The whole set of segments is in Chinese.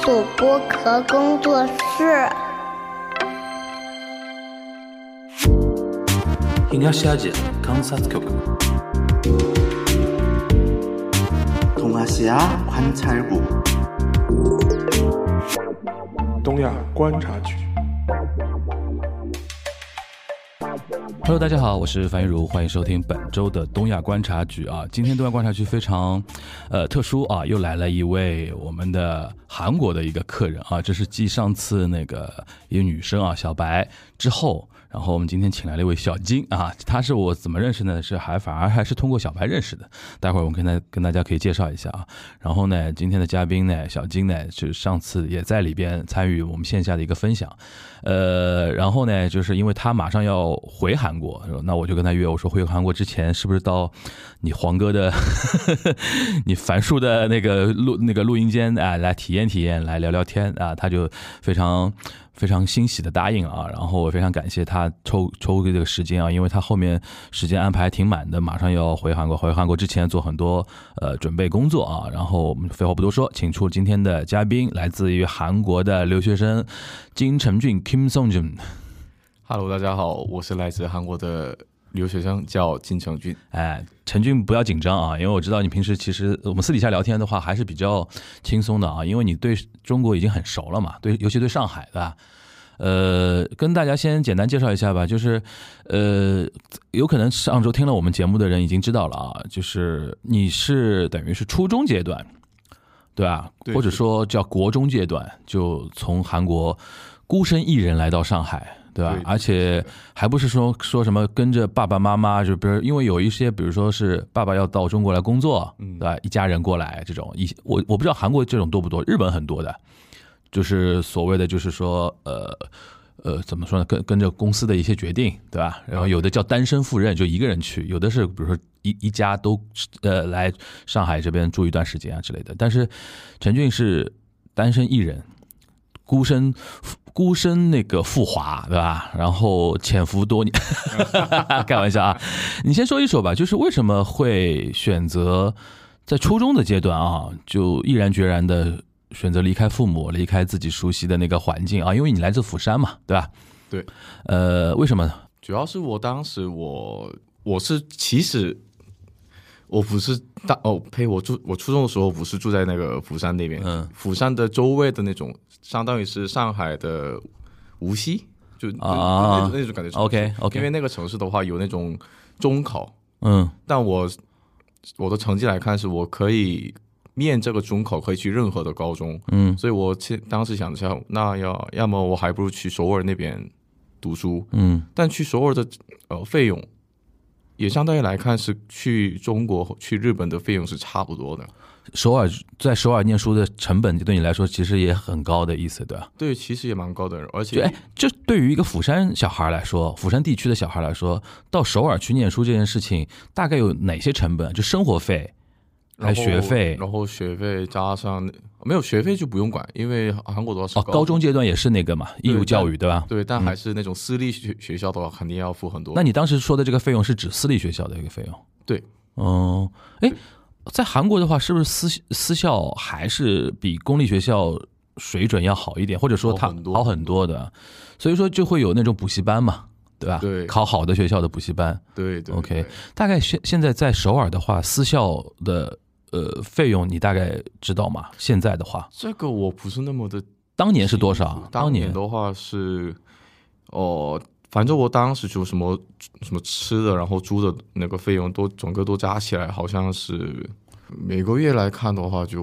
土播壳工作室。 東アジア観察局。 동아시아관찰국。 东亚观察局。 Hello， 大家好，我是樊玉茹，欢迎收听本周的东亚观察局啊。今天东亚观察局非常特殊啊，又来了一位我们的韩国的一个客人啊，这是继上次那个一个女生啊小白之后，然后我们今天请来了一位小金啊，她是我怎么认识呢？反而还是通过小白认识的。待会儿我们跟大家可以介绍一下啊。然后呢，今天的嘉宾呢，小金呢，就是上次也在里边参与我们线下的一个分享。然后呢，就是因为他马上要回韩国，那我就跟他约，我说回韩国之前是不是到你黄哥的你樊叔的那个录音间啊，来体验，来聊聊天啊，他就非常欣喜的答应了啊。然后我非常感谢他抽这个时间啊，因为他后面时间安排挺满的，马上要回韩国，回韩国之前做很多准备工作啊。然后我们废话不多说，请出今天的嘉宾，来自于韩国的留学生金成俊 Kim Songjun。Hello， 大家好，我是来自韩国的留学生，叫金成俊。 成俊不要紧张啊，因为我知道你平时其实我们私底下聊天的话还是比较轻松的啊，因为你对中国已经很熟了嘛，尤其对上海的。跟大家先简单介绍一下吧，就是有可能上周听了我们节目的人已经知道了啊，就是你是等于是初中阶段，对吧？ 对， 或者说叫国中阶段，就从韩国孤身一人来到上海。对吧？ 对， 而且还不是说什么跟着爸爸妈妈，就比如因为有一些，比如说是爸爸要到中国来工作，对吧？一家人过来这种，我不知道韩国这种多不多，日本很多的，就是所谓的就是说怎么说呢？跟着公司的一些决定，对吧？然后有的叫单身赴任，就一个人去；有的是比如说一家都来上海这边住一段时间啊之类的。但是陈俊是单身一人，孤身那个赴华，对吧？然后潜伏多年，开玩笑啊！你先说一说吧，就是为什么会选择在初中的阶段啊，就毅然决然的选择离开父母，离开自己熟悉的那个环境啊？因为你来自釜山嘛，对吧？ 对。 为什么呢？ 主要是我当时我其实我不是我初中的时候不是住在那个釜山那边，釜山的周围的那种，相当于是上海的无锡，就那种感觉。 OK， 因为那个城市的话有那种中考，但我的成绩来看是我可以面这个中考可以去任何的高中，所以我当时想着，那要么我还不如去首尔那边读书，但去首尔的费用也相当于来看是去中国去日本的费用是差不多的。在首尔念书的成本对你来说其实也很高的意思，对吧？ 对，其实也蛮高的，而且就对于一个釜山小孩来说，釜山地区的小孩来说，到首尔去念书这件事情大概有哪些成本？就生活费还有学费， 然后学费加上没有学费就不用管，因为韩国的话是高中阶段也是那个嘛，义务教育，对吧？ 对，但还是那种私立学校的话肯定要付很多。 那你当时说的这个费用是指私立学校的一个费用？ 对。 在韩国的话，是不是私校还是比公立学校水准要好一点，或者说它好很多的？所以说就会有那种补习班嘛，对吧？ 对， 考好的学校的补习班。 对。 OK， 大概现在在首尔的话，私校的费用你大概知道吗？现在的话， 这个我不是那么的。 当年是多少？ 当年的话是反正我当时就什么吃的，然后租的那个费用整个都加起来，好像是每个月来看的话就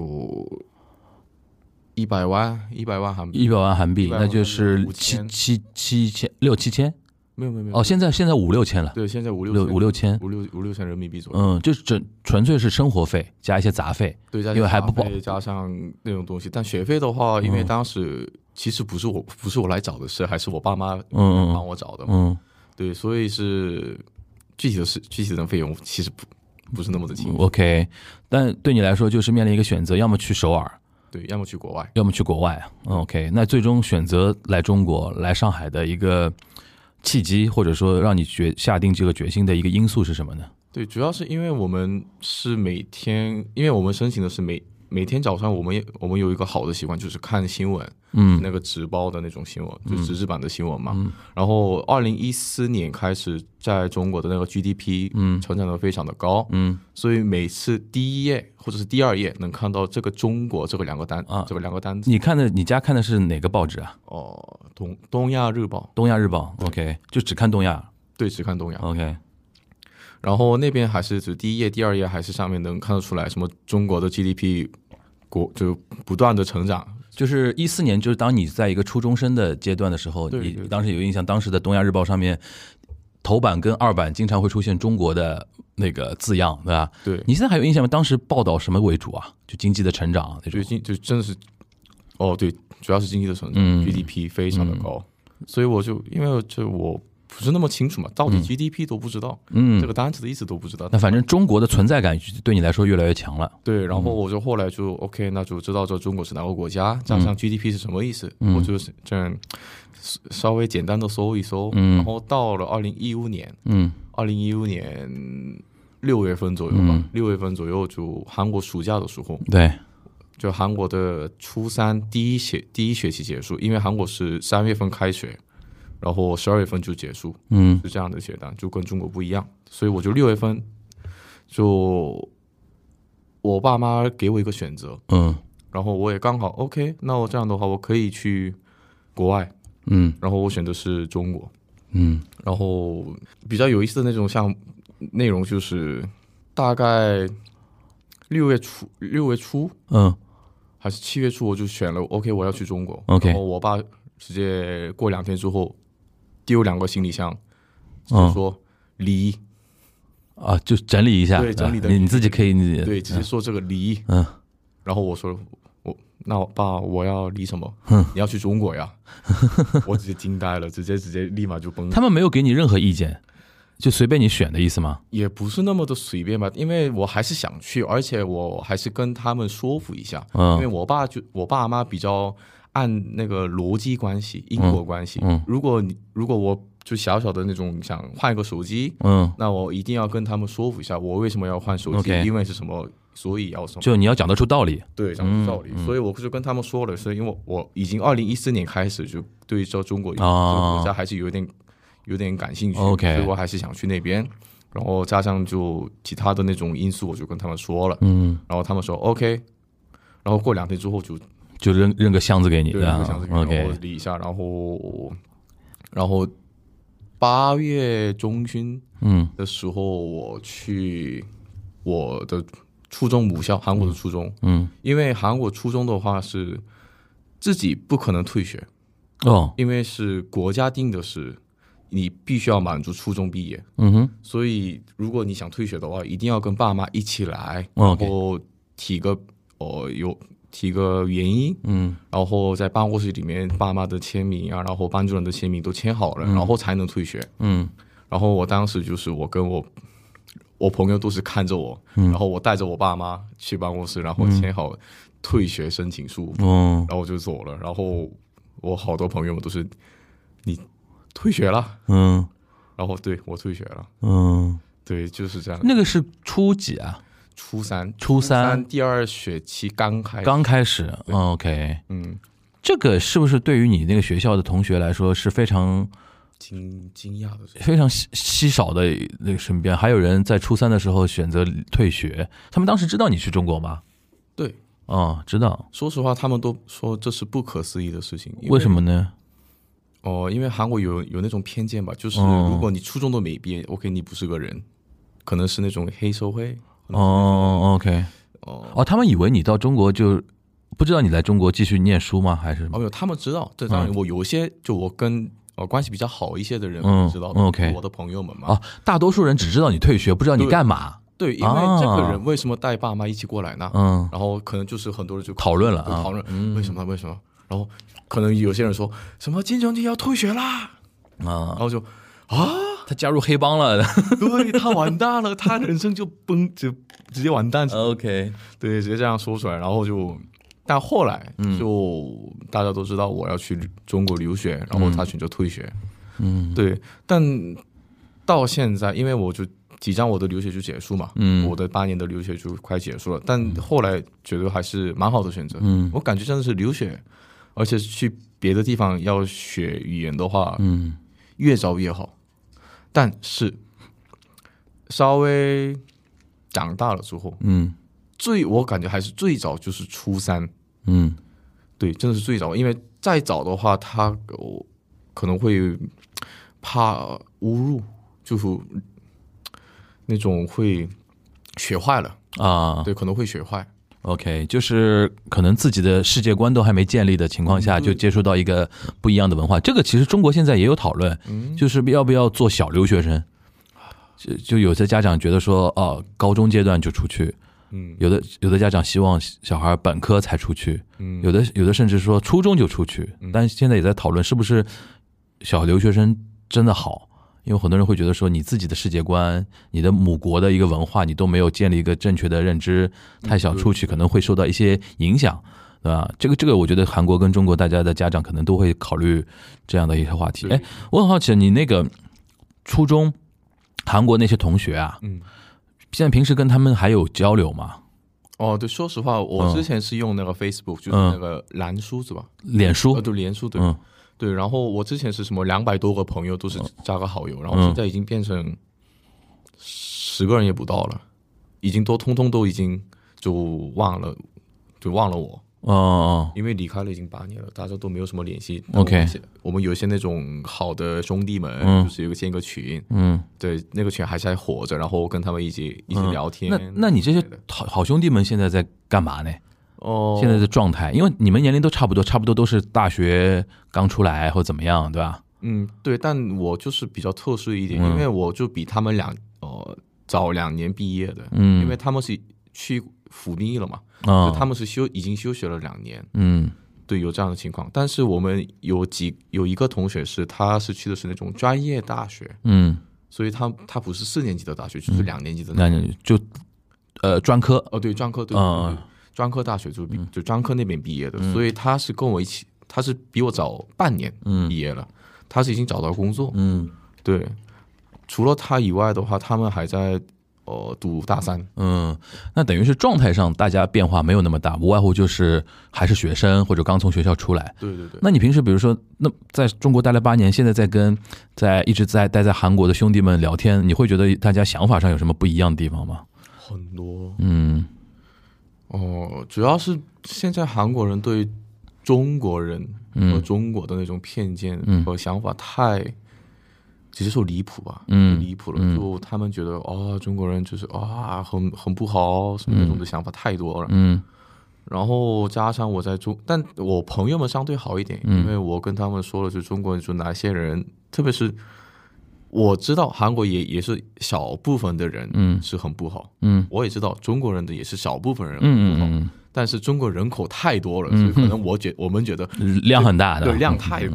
100万韩币。 100万韩币，那就是6、7千。 没有。 现在5、6千了。 对，现在5、6千人民币左右。 就是纯粹是生活费加一些杂费。 对， 因为还不加上那种东西，但学费的话，因为当时其实不是我来找的事，还是我爸妈帮我找的嘛。对，所以是具体的费用其实不是那么的清楚。 OK， 但对你来说就是面临一个选择，要么去首尔， 对，要么去国外， 要么去国外。OK， 那最终选择来中国来上海的一个契机，或者说让你下定这个决心的一个因素是什么呢？ 对，主要是因为我们是因为我们申请的是每天早上我们有一个好的习惯，就是看新闻，那个纸包的那种新闻，就纸质版的新闻嘛。然后2014年开始，在中国的那个 GDP 成长得非常的高，所以每次第一页或者是第二页能看到这个中国这个两个单词。 你家看的是哪个报纸啊？ 东亚日报。 东亚日报 ，OK， 就只看东亚。 对，只看东亚 ，OK。 然后那边还是指第一页、第二页，还是上面能看得出来，什么中国的 GDP 就不断的成长。 就是14年，就是当你在一个初中生的阶段的时候，你当时有印象，当时的东亚日报上面头版跟二版经常会出现中国的那个字样，对吧？ 对。 你现在还有印象吗？当时报道什么为主啊？就经济的成长那种。 就真的是，对，主要是经济的成长，GDP 非常的高，所以我就因为我不是那么清楚嘛，到底 GDP 都不知道，这个单词的意思都不知道。 那反正中国的存在感对你来说越来越强了。 对，然后我就后来就 OK， 那就知道这中国是哪个国家，加上 GDP 是什么意思，我就是这样稍微简单的搜一搜，然后到了2015年6月份左右吧，6月份左右就韩国暑假的时候， 对， 就韩国的初三第一学期结束，因为韩国是3月份开学。然后12月份就结束，是这样的阶段，就跟中国不一样。所以我就6月份，就我爸妈给我一个选择，然后我也刚好 OK， 那我这样的话我可以去国外，然后我选的是中国，然后比较有意思的那种像内容就是大概6月初，还是7月初，我就选了 OK， 我要去中国，然后我爸直接过2天之后。丢2个行李箱，就说离就整理一下， 对，整理的你自己可以， 对，直接说这个离，然后我说那爸我要离什么？你要去中国呀？我直接惊呆了，直接立马就崩。 他们没有给你任何意见，就随便你选的意思吗？ 也不是那么的随便吧，因为我还是想去，而且我还是跟他们说服一下，因为我爸妈比较。按那个逻辑关系、因果关系，如果我就小小的那种想换一个手机，那我一定要跟他们说服一下，我为什么要换手机，因为是什么，所以要什么， 就你要讲得出道理， 对，讲得出道理，所以我就跟他们说了，是因为我已经2014年开始就对这中国这个国家还是有点感兴趣，所以我还是想去那边，然后加上就其他的那种因素，我就跟他们说了，然后他们说 OK， 然后过2天之后就扔个箱子给你， 对，扔个箱子给你，然后理一下，然后8月中旬的时候，我去我的初中母校，韩国的初中，因为韩国初中的话是自己不可能退学，因为是国家定的是你必须要满足初中毕业，所以如果你想退学的话，一定要跟爸妈一起来，然后提个原因，然后在办公室里面爸妈的签名啊，然后班主任的签名都签好了，然后才能退学。然后我当时就是我跟我朋友都是看着我，然后我带着我爸妈去办公室，然后签好退学申请书，然后我就走了。然后我好多朋友们都是你退学了，然后对我退学了，对，就是这样。 那个是初几啊？ 初三第2学期刚开始 OK， 这个是不是对于你那个学校的同学来说是非常惊讶的， 非常稀少的那个身边还有人在初3的时候选择退学？他们当时知道你去中国吗？ 对， 知道。 说实话，他们都说这是不可思议的事情。 为什么呢？ 因为韩国有那种偏见吧，就是如果你初中都没毕业，OK， 你不是个人，可能是那种黑社会。 OK， 他们以为你到中国就不知道你来中国继续念书吗？还是？ 没有，他们知道。这当然，我有一些就我跟关系比较好一些的人知道 ，OK， 我的朋友们嘛。 大多数人只知道你退学，不知道你干嘛。 对，因为这个人为什么带爸妈一起过来呢？然后可能就是很多人就讨论了， 为什么？然后可能有些人说什么金正恩要退学啦，然后就他加入黑帮了， 对，他完蛋了，他人生就直接完蛋。 OK， 对，直接这样说出来，然后但后来就大家都知道我要去中国留学，然后他选择退学。对，但到现在，因为我就即将我的留学就结束嘛，我的8年的留学就快结束了，但后来觉得还是蛮好的选择。我感觉真的是留学，而且去别的地方要学语言的话，越早越好。但是稍微长大了之后，我感觉还是最早就是初3，对，真的是最早，因为再早的话，他可能会怕侮辱，就是那种会学坏了啊，对，可能会学坏。 OK， 就是可能自己的世界观都还没建立的情况下，就接触到一个不一样的文化。这个其实中国现在也有讨论，就是要不要做小留学生。就有些家长觉得说，高中阶段就出去，有的家长希望小孩本科才出去，有的甚至说初中就出去。但现在也在讨论是不是小留学生真的好。因为很多人会觉得说，你自己的世界观、你的母国的一个文化，你都没有建立一个正确的认知，太小出去可能会受到一些影响，对吧？这个，我觉得韩国跟中国大家的家长可能都会考虑这样的一些话题。哎，我很好奇，你那个初中韩国那些同学啊，现在平时跟他们还有交流吗？ 哦，对，说实话，我之前是用那个 Facebook，就是那个蓝书是吧？ 脸书， 对，脸书，对。对，然后我之前是什么200多个朋友都是加个好友，然后现在已经变成10个人也不到了，已经通通都已经就忘了我，因为离开了已经8年了，大家都没有什么联系。 OK， 我们有一些那种好的兄弟们，就是建一个群，对，那个群还是还活着，然后跟他们一起聊天。 那你这些好兄弟们现在在干嘛呢？现在的状态，因为你们年龄都差不多都是大学刚出来或怎么样，对吧？ 对，但我就是比较特殊一点，因为我就比他们早2年毕业的，因为他们是去服兵役了嘛，所以他们是已经休学了2年，对，有这样的情况。但是我们有一个同学他是去的是那种专业大学，所以他不是4年级的大学，就是2年级的大学， 就专科， 对，专科，对。专科大学就专科那边毕业的，所以他是跟我一起，他是比我早半年毕业了，他是已经找到工作，对。除了他以外的话，他们还在读大3， 那等于是状态上大家变化没有那么大，无外乎就是还是学生或者刚从学校出来。 对。 那你平时比如说，那在中国待了8年，现在一直待在韩国的兄弟们聊天，你会觉得大家想法上有什么不一样的地方吗？ 很多，主要是现在韩国人对中国人和中国的那种偏见和想法太，直接说离谱吧，离谱了。就他们觉得中国人就是很不好，什么那种的想法太多了。然后加上但我朋友们相对好一点，因为我跟他们说了，就中国人就哪些人，特别是我知道韩国也是小部分的人是很不好，我也知道中国人的也是小部分人很不好，但是中国人口太多了，所以可能我们觉得量很大的， 对，量太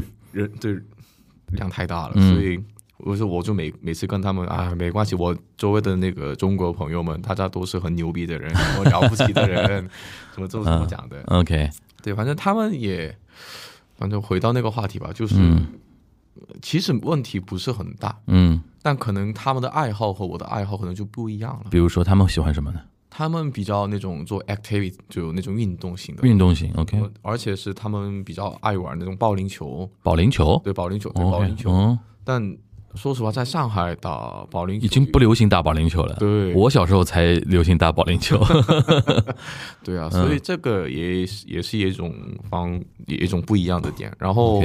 量太大了，所以我就每次跟他们没关系，我周围的那个中国朋友们，大家都是很牛逼的人，很了不起的人，什么都这么讲的。 OK， 对，反正他们反正回到那个话题吧，就是其实问题不是很大，但可能他们的爱好和我的爱好可能就不一样了。 比如说他们喜欢什么呢？ 他们比较那种做 activity， 就有那种运动型的。 运动型 ，OK， 而且是他们比较爱玩那种保龄球。 保龄球？ 对，保龄球，对，保龄球。但说实话，在上海打保龄球已经不流行打保龄球了。 对， 我小时候才流行打保龄球。 对啊，所以这个也是一种不一样的点。然后，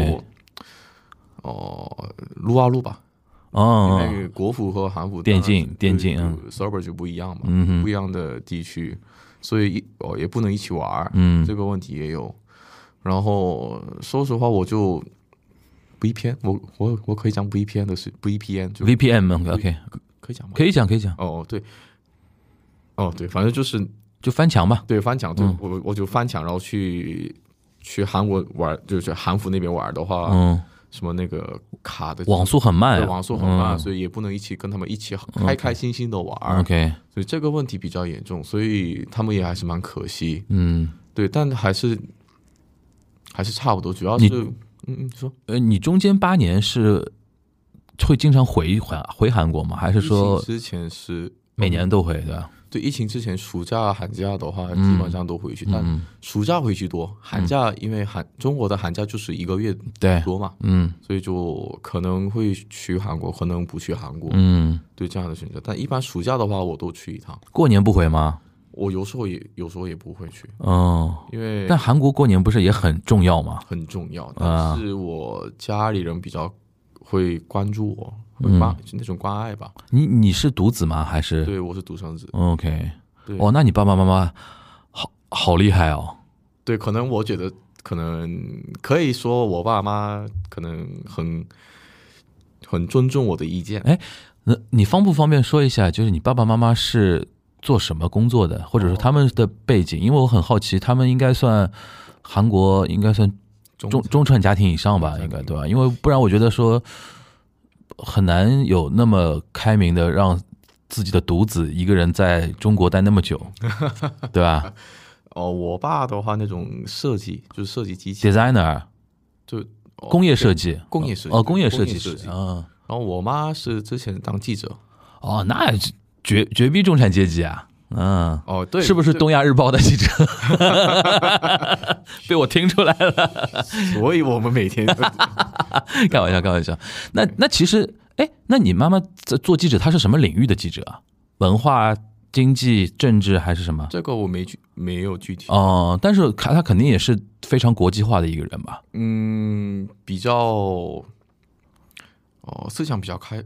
撸啊撸吧。那个国服和韩服电竞 server 就不一样嘛，不一样的地区，所以也不能一起玩，这个问题也有。然后说实话，我就VPN， 我可以讲 VPN 的是 VPN，OK， 可以讲吗？ 可以讲。 对，反正就翻墙吧。 对，翻墙，我就翻墙，然后去韩国玩，就是韩服那边玩的话，什么那个卡的网速很慢， 所以也不能一起跟他们一起开心心的玩。 OK， 所以这个问题比较严重，所以他们也还是蛮可惜。对，但还是差不多，主要是说， 你中间8年是会经常回韩国吗？还是说之前是每年都会对吧？ 对，疫情之前暑假寒假的话基本上都回去，但暑假回去多，寒假因为中国的寒假就是1个月多嘛，所以就可能会去韩国，可能不去韩国，对这样的选择。但一般暑假的话我都去一趟。 过年不回吗？ 我有时候也不会去，因为但韩国过年不是也很重要吗？ 很重要，但是我家里人比较会关注我，那种关爱吧。 你是独子吗？还是？ 对，我是独生子。 OK， 哦，那你爸爸妈妈好厉害哦。 对，可能我觉得可能可以说我爸妈可能很尊重我的意见。 哎，那你方不方便说一下，就是你爸爸妈妈是做什么工作的，或者说他们的背景？因为我很好奇，他们应该算韩国应该算中产家庭以上吧，应该对吧？因为不然我觉得说很难有那么开明的让自己的独子一个人在中国待那么久，对吧？ 我爸的话那种设计就是设计机器 designer， 就工业设计， 工业设计师啊。 然后我妈是之前当记者。 那绝逼中产阶级啊！ 对， 是不是东亚日报的记者？被我听出来了。 所以我们每天开玩笑。那其实，那你妈妈做记者，她是什么领域的记者啊？文化、经济、政治还是什么？ 这个我没有具体。 但是她肯定也是非常国际化的一个人吧？ 比较。思想比较开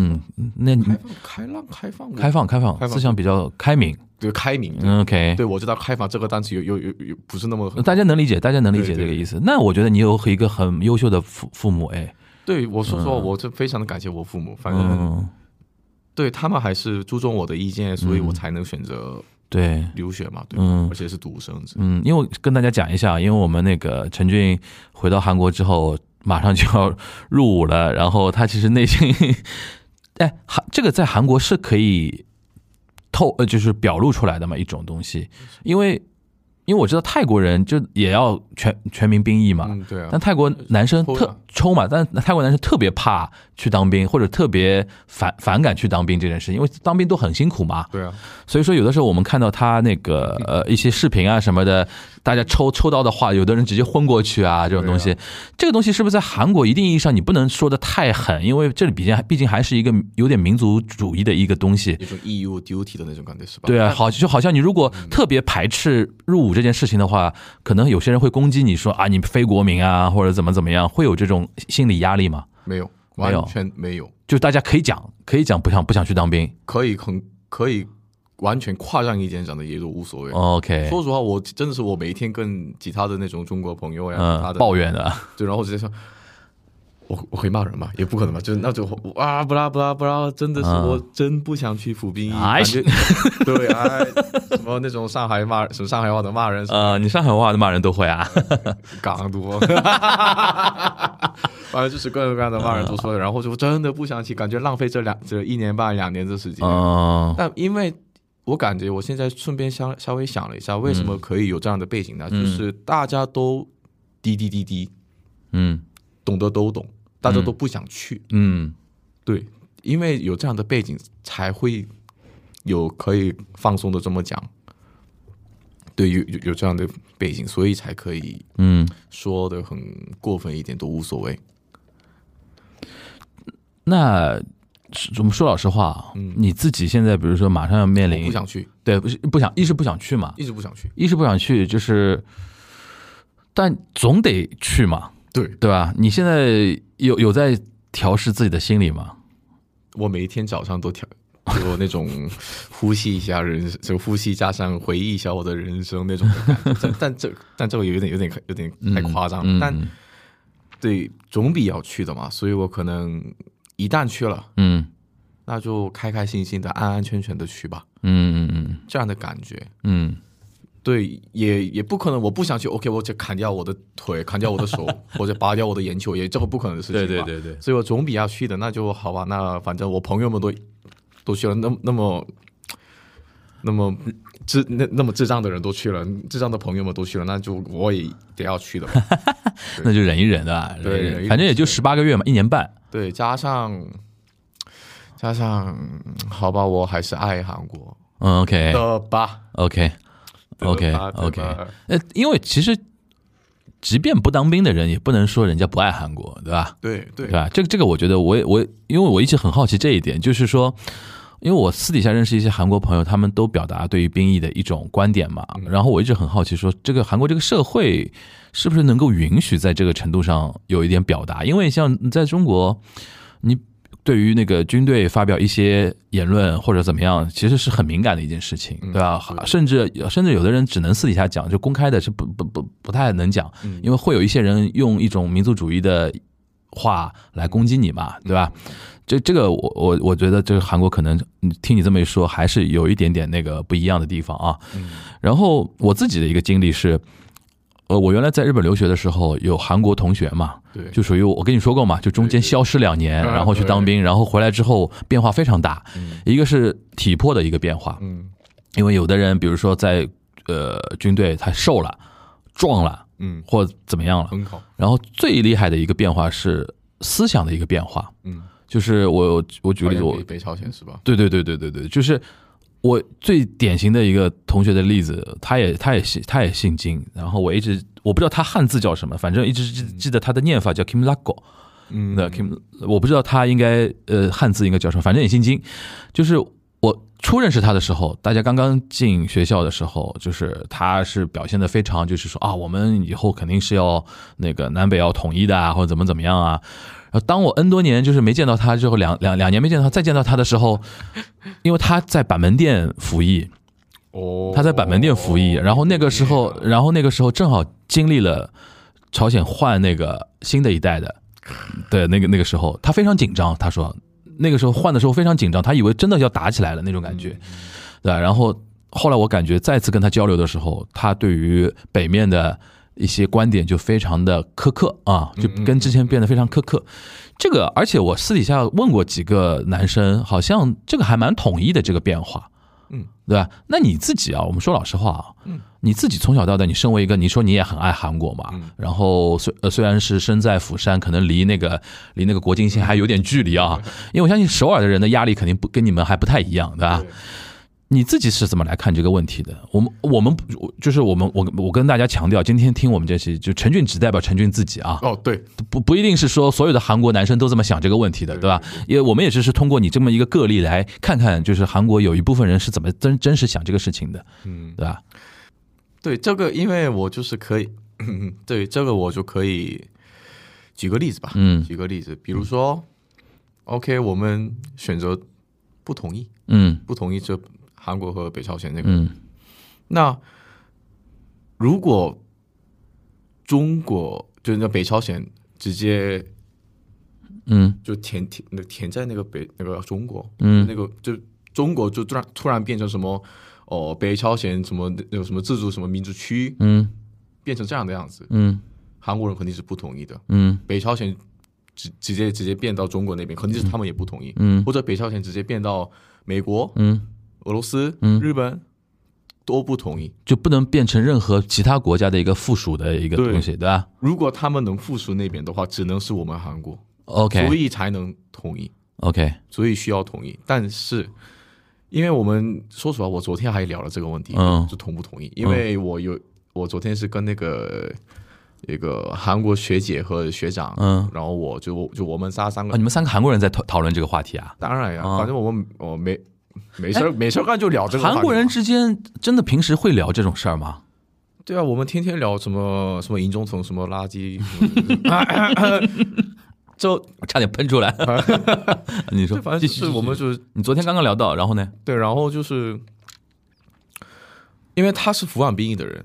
放， 思想比较开明， 对，开明。 OK， 对，我知道开放这个单词有不是那么大家能理解这个意思。那我觉得你有一个很优秀的父母， 对，我说我就非常的感谢我父母，反正对他们还是注重我的意见，所以我才能选择对留学嘛，对，而且是独生子。 因为跟大家讲一下，因为我们那个陈俊回到韩国之后。马上就要入伍了，然后他其实内心，这个在韩国是可以就是表露出来的嘛一种东西，因为我知道泰国人就也要全民兵役嘛， 对啊， 但泰国男生抽嘛，但泰国男生特别怕去当兵，或者特别反感去当兵这件事，因为当兵都很辛苦嘛， 对啊， 所以说有的时候我们看到他那个一些视频啊什么的，大家抽到的话，有的人直接昏过去啊，这种东西，这个东西是不是在韩国一定意义上你不能说的太狠，因为这里毕竟还是一个有点民族主义的一个东西， 一种义务 duty 的那种感觉是吧？ 对啊，就好像你如果特别排斥入伍这件事情的话，可能有些人会攻击你说啊，你非国民啊，或者怎么样，会有这种心理压力吗？ 没有，完全没有， 就大家可以讲不想去当兵， 可以完全跨上一点讲的也都无所谓。 OK， 说实话，我真的是我每一天跟其他的那种中国朋友呀， 抱怨的， 对，然后直接说。我可以骂人嘛？也不可能嘛，就是那种不啦，真的是我真不想去服兵役，感觉对什么那种上海话的骂人你上海话的骂人都会啊， 港多，反正就是各种各样的骂人都说的，然后就真的不想去，感觉浪费这1年半2年的时间。但因为我感觉我现在顺便稍微想了一下，为什么可以有这样的背景呢？就是大家都滴，懂得都懂。大家都不想去，对，因为有这样的背景，才会有可以放松的这么讲，对，有这样的背景，所以才可以，说的很过分一点都无所谓。 那我们说老实话，你自己现在比如说马上要面临， 不想去， 对，一是不想去嘛， 一直不想去， 就是，但总得去嘛。对吧？你现在有在调试自己的心理吗？ 我每一天早上都做那种呼吸一下就呼吸加上回忆一下我的人生那种感觉。但这个有点太夸张。但对，总比要去的嘛，所以我可能一旦去了，那就开开心心的、安安全全的去吧。这样的感觉。对，也不可能，我不想去 ，OK， 我就砍掉我的腿，砍掉我的手，或者拔掉我的眼球，也这个不可能的事情吧。 对， 所以我总比要去的，那就好吧。那反正我朋友们都去了，那么智障的人都去了，智障的朋友们都去了，那就我也得要去的吧。 那就忍一忍的， 对， 反正也就18个月嘛，1年半。 对，加上，好吧，我还是爱韩国。 OK 的吧 ，OK，因为其实即便不当兵的人，也不能说人家不爱韩国，对吧？ 对吧？这个我觉得因为我一直很好奇这一点，就是说，因为我私底下认识一些韩国朋友，他们都表达对于兵役的一种观点嘛，然后我一直很好奇说，这个韩国这个社会是不是能够允许在这个程度上有一点表达？因为像在中国，你对于那个军队发表一些言论或者怎么样，其实是很敏感的一件事情，对吧？甚至有的人只能私底下讲，就公开的是不太能讲，因为会有一些人用一种民族主义的话来攻击你嘛，对吧？这个我觉得这个韩国可能听你这么一说，还是有一点点那个不一样的地方啊。然后我自己的一个经历是，我原来在日本留学的时候，有韩国同学嘛， 对， 就属于我跟你说过嘛，就中间消失2年，然后去当兵，然后回来之后变化非常大。一个是体魄的一个变化，因为有的人比如说在军队他瘦了、壮了，或怎么样了， 很好。 然后最厉害的一个变化是思想的一个变化，就是我举个例子， 北朝鲜是吧？ 对，就是我最典型的一个同学的例子，他也姓金，然后我不知道他汉字叫什么，反正一直记得他的念法叫 Kim Lago，我不知道他应该汉字应该叫什么，反正也姓金。就是我初认识他的时候，大家刚刚进学校的时候，就是他是表现的非常，就是说啊，我们以后肯定是要那个南北要统一的啊，或者怎么样啊。然后当我 N 多年就是没见到他之后，两年没见到他，再见到他的时候，因为他在板门店服役，他在板门店服役，然后那个时候正好经历了朝鲜换那个新的一代的那个时候，他非常紧张，他说那个时候换的时候非常紧张，他以为真的要打起来了那种感觉，对吧？然后后来我感觉再次跟他交流的时候，他对于北面的一些观点就非常的苛刻啊，就跟之前变得非常苛刻。这个，而且我私底下问过几个男生，好像这个还蛮统一的这个变化，对吧？那你自己啊，我们说老实话啊，你自己从小到大，你身为一个，你说你也很爱韩国嘛，然后虽然是身在釜山，可能离那个国境线还有点距离啊，因为我相信首尔的人的压力肯定跟你们还不太一样，对吧？你自己是怎么来看这个问题的？我跟大家强调，今天听我们这期，就陈俊只代表陈俊自己啊。 对， 不一定是说所有的韩国男生都这么想这个问题的，对吧？因为我们也只是通过你这么一个个例来看看，就是韩国有一部分人是怎么真实想这个事情的，对吧？ 对，这个因为我就是可以，对这个我就可以举个例子吧，举个例子，比如说，OK， 我们选择不同意，不同意这韩国和北朝鲜那个，那如果中国就是那北朝鲜直接，就填在那个中国，那个就中国就突然变成什么北朝鲜什么那个什么自主什么民主区，变成这样的样子，韩国人肯定是不同意的，北朝鲜直接变到中国那边，肯定是他们也不同意，或者北朝鲜直接变到美国，俄罗斯、日本都不同意， 就不能变成任何其他国家的一个附属的一个东西， 对吧？ 如果他们能附属那边的话，只能是我们韩国 ，OK， 所以才能统一 ，OK， 所以需要统一。但是，因为我们说实话，我昨天还聊了这个问题，就同不同意？因为我昨天是跟那个一个韩国学姐和学长，然后我们三个， 你们3个韩国人在讨论这个话题啊？ 当然呀，反正我没事干就聊这个话题。 韩国人之间真的平时会聊这种事儿吗？ 对啊，我们天天聊什么尹中层什么垃圾，就差点喷出来。你说， 反正就是我们就是你昨天刚刚聊到，然后呢？ 对，然后就是因为他是服完兵役的人，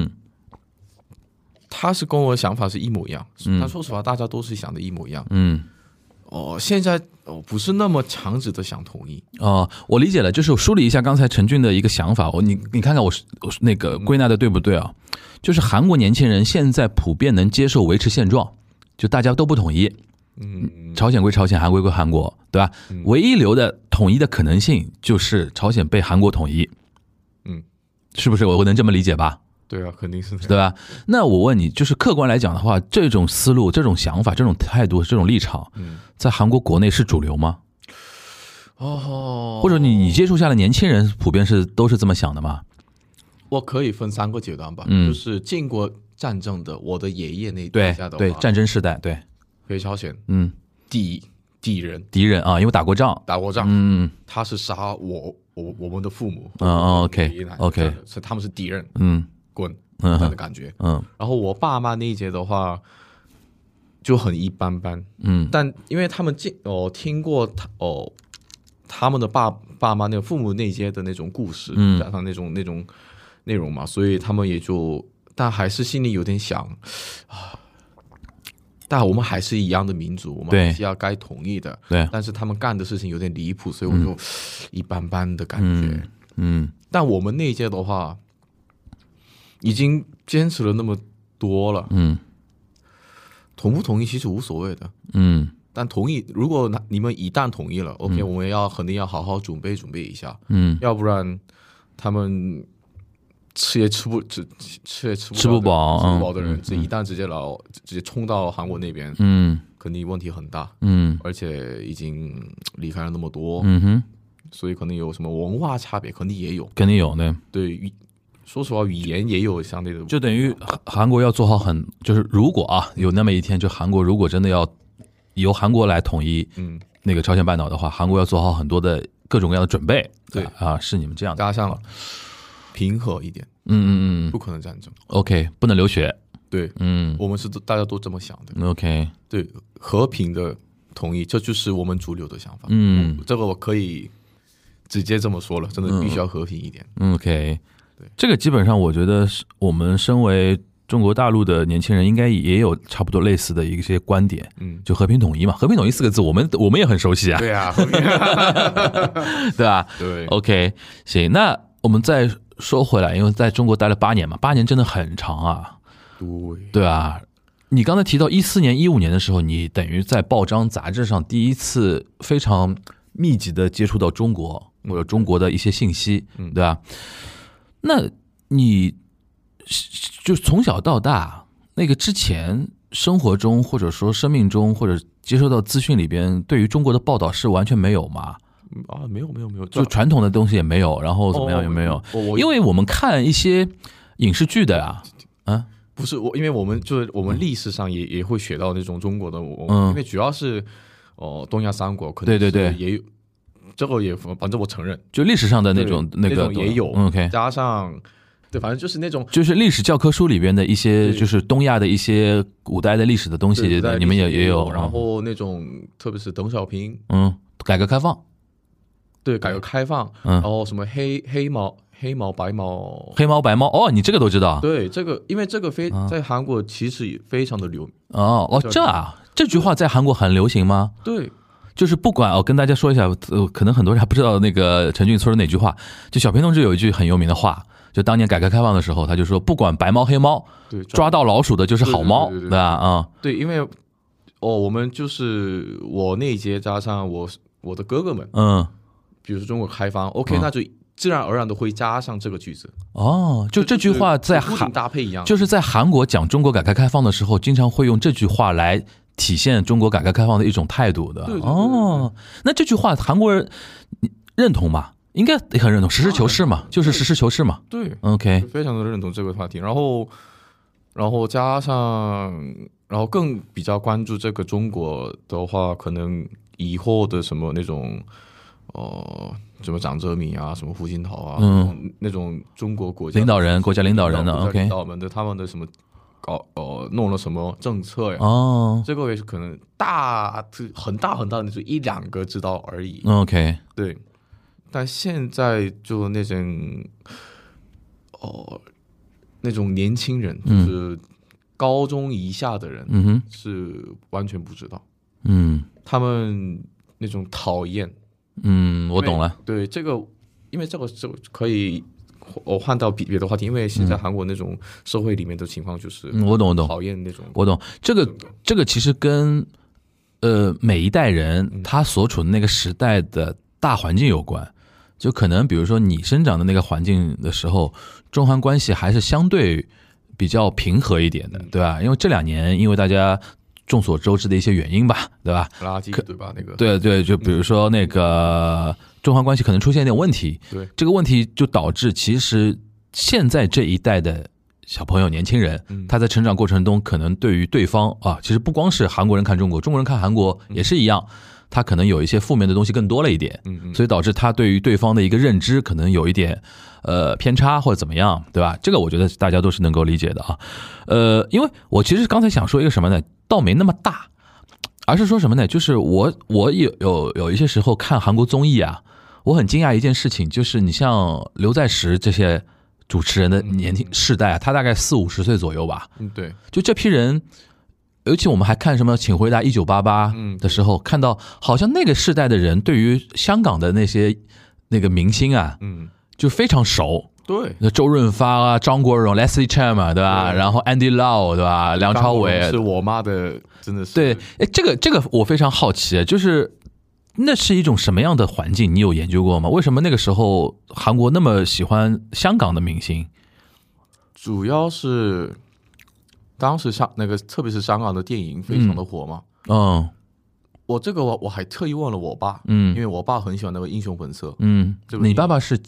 他是跟我的想法是一模一样。但说实话，大家都是想的一模一样。现在不是那么强制的想统一。 我理解了，就是我梳理一下刚才陈俊的一个想法。你看看我那个归纳的对不对啊？就是韩国年轻人现在普遍能接受维持现状，就大家都不统一。朝鲜归朝鲜，韩国归韩国，对吧？唯一留的统一的可能性就是朝鲜被韩国统一。是不是？我能这么理解吧？ 对啊，肯定是对吧？那我问你，就是客观来讲的话，这种思路、这种想法、这种态度、这种立场，在韩国国内是主流吗？或者你接触下的年轻人普遍都是这么想的吗？ 我可以分3个阶段吧，就是经过战争的，我的爷爷那一下的话， 对战争时代，对北朝鲜，敌人啊，因为打过仗， 他是杀我们的父母 ，OK， 所以他们是敌人，滚这样的感觉，然后我爸妈那一届的话就很一般般，但因为他们听过他们的爸妈那个父母那些的那种故事，加上那种内容嘛，所以他们也就，但还是心里有点想啊。但我们还是一样的民族，我们还是要该统一的。 对， 但是他们干的事情有点离谱，所以我就一般般的感觉。但我们那一届的话，已经坚持了那么多了。同不同意其实无所谓的。但同意，如果你们一旦同意了，OK，我们肯定要好好准备一下。要不然他们吃也吃不饱的人，一旦直接冲到韩国那边，肯定问题很大，而且已经离开了那么多，所以可能有什么文化差别，肯定也有，对，说实话，语言也有相对的， 就等于韩国要做好就是如果有那么一天，就韩国如果真的要由韩国来统一，那个朝鲜半岛的话，韩国要做好很多的各种各样的准备， 对是你们这样的， 加上平和一点，不可能战争 ，OK， 不能流血， 对，我们是大家都这么想的 ，OK， 对，和平的统一，这就是我们主流的想法，这个我可以直接这么说了，真的必须要和平一点 ，OK， 对，这个基本上我觉得我们身为中国大陆的年轻人应该也有差不多类似的一些观点，就和平统一嘛，和平统一4个字，我们也很熟悉啊， 对啊， 对吧？ 对 ，OK， 行，那我们再说回来，因为在中国待了8年嘛，8年真的很长啊，对啊。你刚才提到14年、15年的时候，你等于在报章杂志上第一次非常密集的接触到中国或者中国的一些信息，对吧？那你就从小到大，那个之前生活中或者说生命中或者接收到资讯里边，对于中国的报道是完全没有吗？ 没有， 就传统的东西也没有，然后怎么样也没有，因为我们看一些影视剧的呀， 不是因为我们历史上也会学到那种中国的，因为主要是东亚三国，可能对也有这个也反正我承认， 就历史上的那种也有 ，OK， 加上。对，反正就是那种， 就是历史教科书里边的一些，就是东亚的一些古代的历史的东西，你们也有。 然后那种，特别是邓小平， 改革开放， 对，改革开放，然后什么黑毛白毛， 你这个都知道？ 对，这个因为这个在韩国其实也非常的流这句话在韩国很流行吗？ 对。 就是不管跟大家说一下，可能很多人还不知道那个陈俊村的哪句话，就小平同志有一句很有名的话，就当年改革开放的时候，他就说不管白猫黑猫，抓到老鼠的就是好猫，对吧？ 对，因为我们就是我那一届加上我的哥哥们，比如说中国开放 ，OK，那就自然而然的会加上这个句子。就这句话在搭配一样， 就是在韩国讲中国改革开放的时候，经常会用这句话来体现中国改革开放的一种态度的。 对， 那这句话韩国人认同吗？应该也很认同，实事求是嘛，就是实事求是嘛。 对 ，OK， 非常的认同这个话题。然后加上，然后更比较关注这个中国的话，可能以后的什么那种什么长哲敏啊，什么胡锦涛啊，那种中国国家国家领导人的 OK， 领导们的他们的什么弄了什么政策呀？这个也是可能很大的那种1-2个知道而已。 OK， 对。但现在就那种年轻人，就是高中以下的人，是完全不知道。他们那种讨厌。 我懂了。 对，这个，因为这个就可以。我换到别的话题，因为现在韩国那种社会里面的情况就是， 我懂， 讨厌那种。 我懂，这个其实跟每一代人他所处的那个时代的大环境有关。 就可能比如说你生长的那个环境的时候，中韩关系还是相对比较平和一点的，对吧？因为这2年因为大家众所周知的一些原因吧，对吧？ 垃圾对吧？那个对，就比如说那个中韩关系可能出现一点问题， 对， 这个问题就导致其实现在这一代的小朋友、年轻人，他在成长过程中可能对于对方啊，其实不光是韩国人看中国，中国人看韩国也是一样，他可能有一些负面的东西更多了一点，所以导致他对于对方的一个认知可能有一点偏差或者怎么样，对吧？这个我觉得大家都是能够理解的啊。因为我其实刚才想说一个什么呢，倒没那么大，而是说什么呢？就是我有一些时候看韩国综艺啊，我很惊讶一件事情，就是你像刘在石这些主持人的年轻世代啊，他大概40-50岁左右吧。 对， 就这批人，尤其我们还看什么《请回答1988》的时候，看到好像那个世代的人对于香港的那个明星啊，就非常熟。 对， 那周润发啊、张国荣、Leslie Chan 嘛，对吧？然后 Andy Lau 对吧？梁朝伟是我妈的，真的是。 对，这个我非常好奇，就是那是一种什么样的环境？你有研究过吗？为什么那个时候韩国那么喜欢香港的明星？ 主要是当时特别是香港的电影非常的火嘛。我还特意问了我爸，因为我爸很喜欢那个《英雄本色》。你爸爸是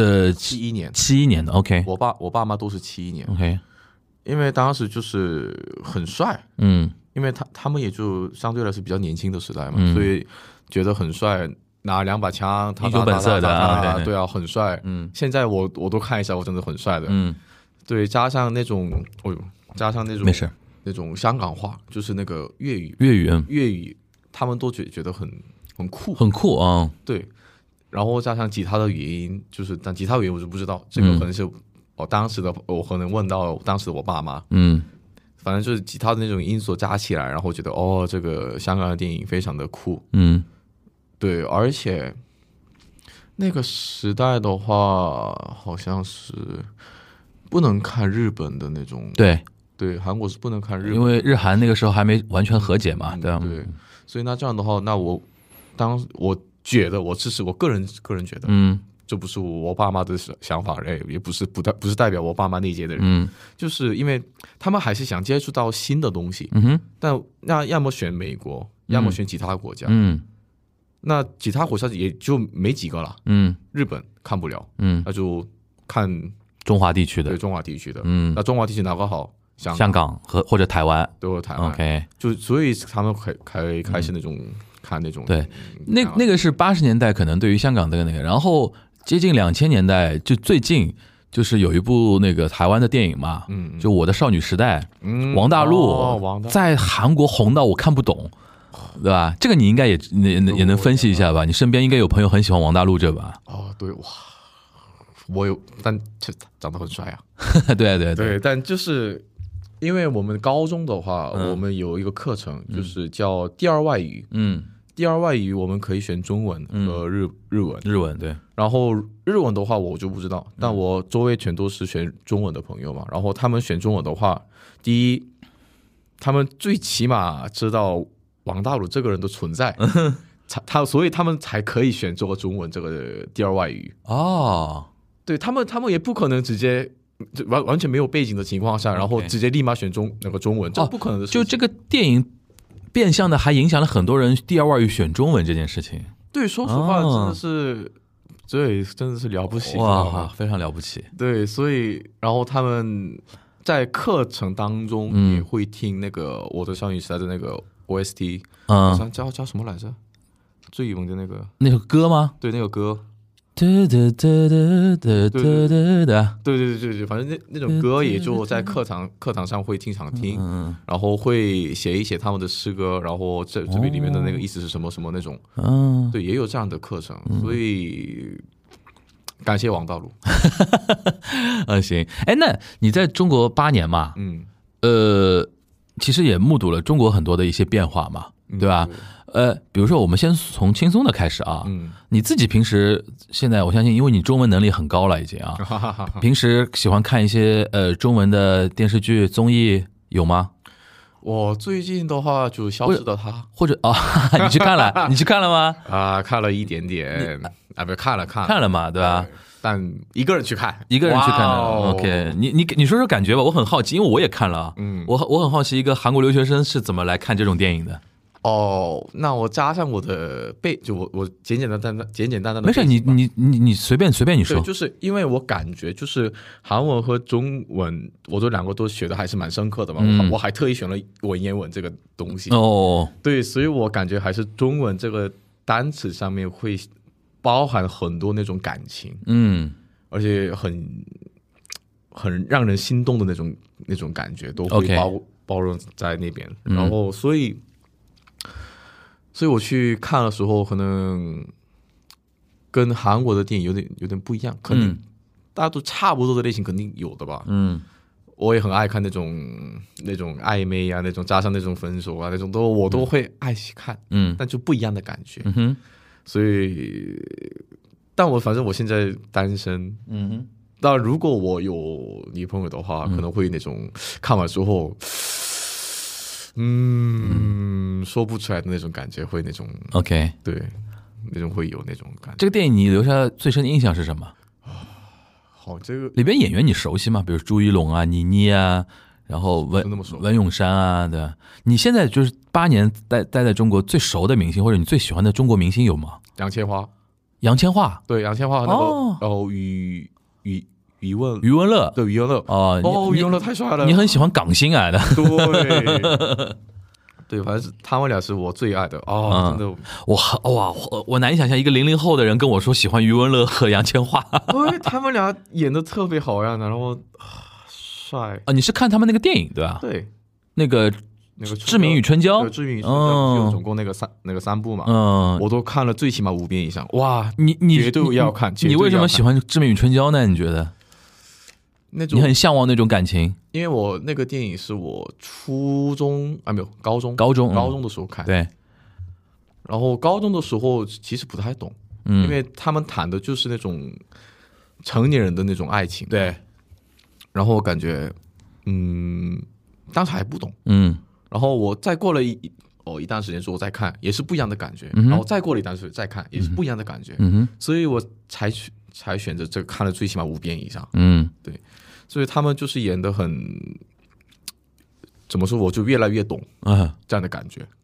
71年的 ，OK。 我爸妈都是71年 ，OK。因为当时就是很帅，因为他们也就相对来说比较年轻的时代嘛，所以觉得很帅，拿2把枪， 英雄本色的， 对啊，很帅。现在我都看一下，我真的很帅的。对，加上那种没事， 那种香港话，就是那个粤语，他们都觉得很酷， 很酷啊。 对。然后加上吉他的语音，但吉他语音我就不知道，这个可能是我可能问到当时的我爸妈，反正就是吉他的那种因素加起来，然后觉得这个香港的电影非常的酷，对，而且那个时代的话，好像是不能看日本的那种，对，韩国是不能看日本， 因为日韩那个时候还没完全和解嘛，对。 所以那这样的话，那我觉得我支持，我个人觉得，这不是我爸妈的想法，也不是代表我爸妈那一届的人，就是因为他们还是想接触到新的东西，但那要么选美国，要么选其他国家，那其他国家也就没几个了，日本看不了，那就看中华地区的， 对中华地区的，那中华地区哪个好？ 香港或者台湾， 都有台湾 ，OK， 就所以他们开始那种。看那种对，那个是80年代可能对于香港的那个，然后接近2000年代，就最近就是有一部那个台湾的电影嘛，就《我的少女时代》，王大陆在韩国红到我看不懂，对吧？这个你应该也能分析一下吧？你身边应该有朋友很喜欢王大陆这吧？ 对，哇，我有，但长得很帅啊， 对， 但就是因为我们高中的话，我们有一个课程就是叫第二外语，第二外语我们可以选中文和日文，对。然后日文的话我就不知道，但我周围全都是选中文的朋友嘛。然后他们选中文的话，第一，他们最起码知道王大陆这个人的存在，所以他们才可以选这个中文这个第二外语。对，他们也不可能直接完全没有背景的情况下，然后直接立马选那个中文，这不可能的事情。 就这个电影变相的还影响了很多人第二外语选中文这件事情。 对，说实话，真的是，对，真的是了不起， 哇，非常了不起。 对，所以然后他们在课程当中也会听那个《我的少女时代》的那个 OST，叫什么来着？最有名的那个歌吗？ 对，那个歌。 对， 反正那种歌也就在课堂上会经常听，然后会写一写他们的诗歌，然后这里面的那个意思是什么什么那种，对，也有这样的课程，所以感谢王大陆。 行，那你在中国8年嘛，其实也目睹了中国很多的一些变化嘛，对吧？比如说我们先从轻松的开始啊，你自己平时现在我相信因为你中文能力很高了已经啊，平时喜欢看一些中文的电视剧综艺有吗？ 我最近的话就消失的他， 或者你去看了？你去看了吗？ 看了一点点不是看了嘛，对吧？ 但一个人去看的。OK， 你说说感觉吧，我很好奇，因为我也看了。我很好奇，一个韩国留学生是怎么来看这种电影的。 那我加上我的就我简简单单的。 没事，你随便你说。 对，就是因为我感觉就是韩文和中文，我这两个都学的还是蛮深刻的嘛。我还特意选了文言文这个东西。对，所以我感觉还是中文这个单词上面会包含很多那种感情，而且很让人心动的那种感觉都会包容在那边。然后所以我去看的时候，可能跟韩国的电影有点不一样，肯定大家都差不多的类型肯定有的吧。我也很爱看那种暧昧啊，那种加上那种分手啊，那种我都会爱去看。但就不一样的感觉。所以，但反正我现在单身。但如果我有女朋友的话，可能会那种看完之后。说不出来的那种感觉，会那种 OK， 对，那种会有那种感觉。 这个电影你留下最深的印象是什么？ 好，这个里边演员你熟悉吗？比如朱一龙啊、倪妮啊，然后文咏珊啊，对。你现在就是8年待在中国最熟的明星，或者你最喜欢的中国明星有吗？ 杨千嬅， 对， 杨千嬅那个，然后余文乐，对，余文乐余文乐太帅了。 你很喜欢港星来的。 对，反正是他们俩是我最爱的。真的， 我难以想象一个00后的人跟我说喜欢余文乐和杨千嬅。 对，他们俩演的特别好呀，然后帅。 你是看他们那个电影对吧？ 对， 那个志明与春娇， 志明与春娇，总共那个3部嘛。我都看了最起码5遍以上。哇， 你绝对要看。 你为什么喜欢志明与春娇呢？你觉得？你很向往那种感情？ 因为我那个电影是我初中没有高中的时候看。 对。 然后高中的时候其实不太懂，因为他们谈的就是那种成年人的那种爱情。 对。 然后我感觉，当时还不懂。然后我再过了一段时间之后再看，也是不一样的感觉。然后再过了一段时间再看，也是不一样的感觉。所以我才选择这个看了最起码5遍以上。对。所以他们就是演得很，怎么说，我就越来越懂这样的感觉。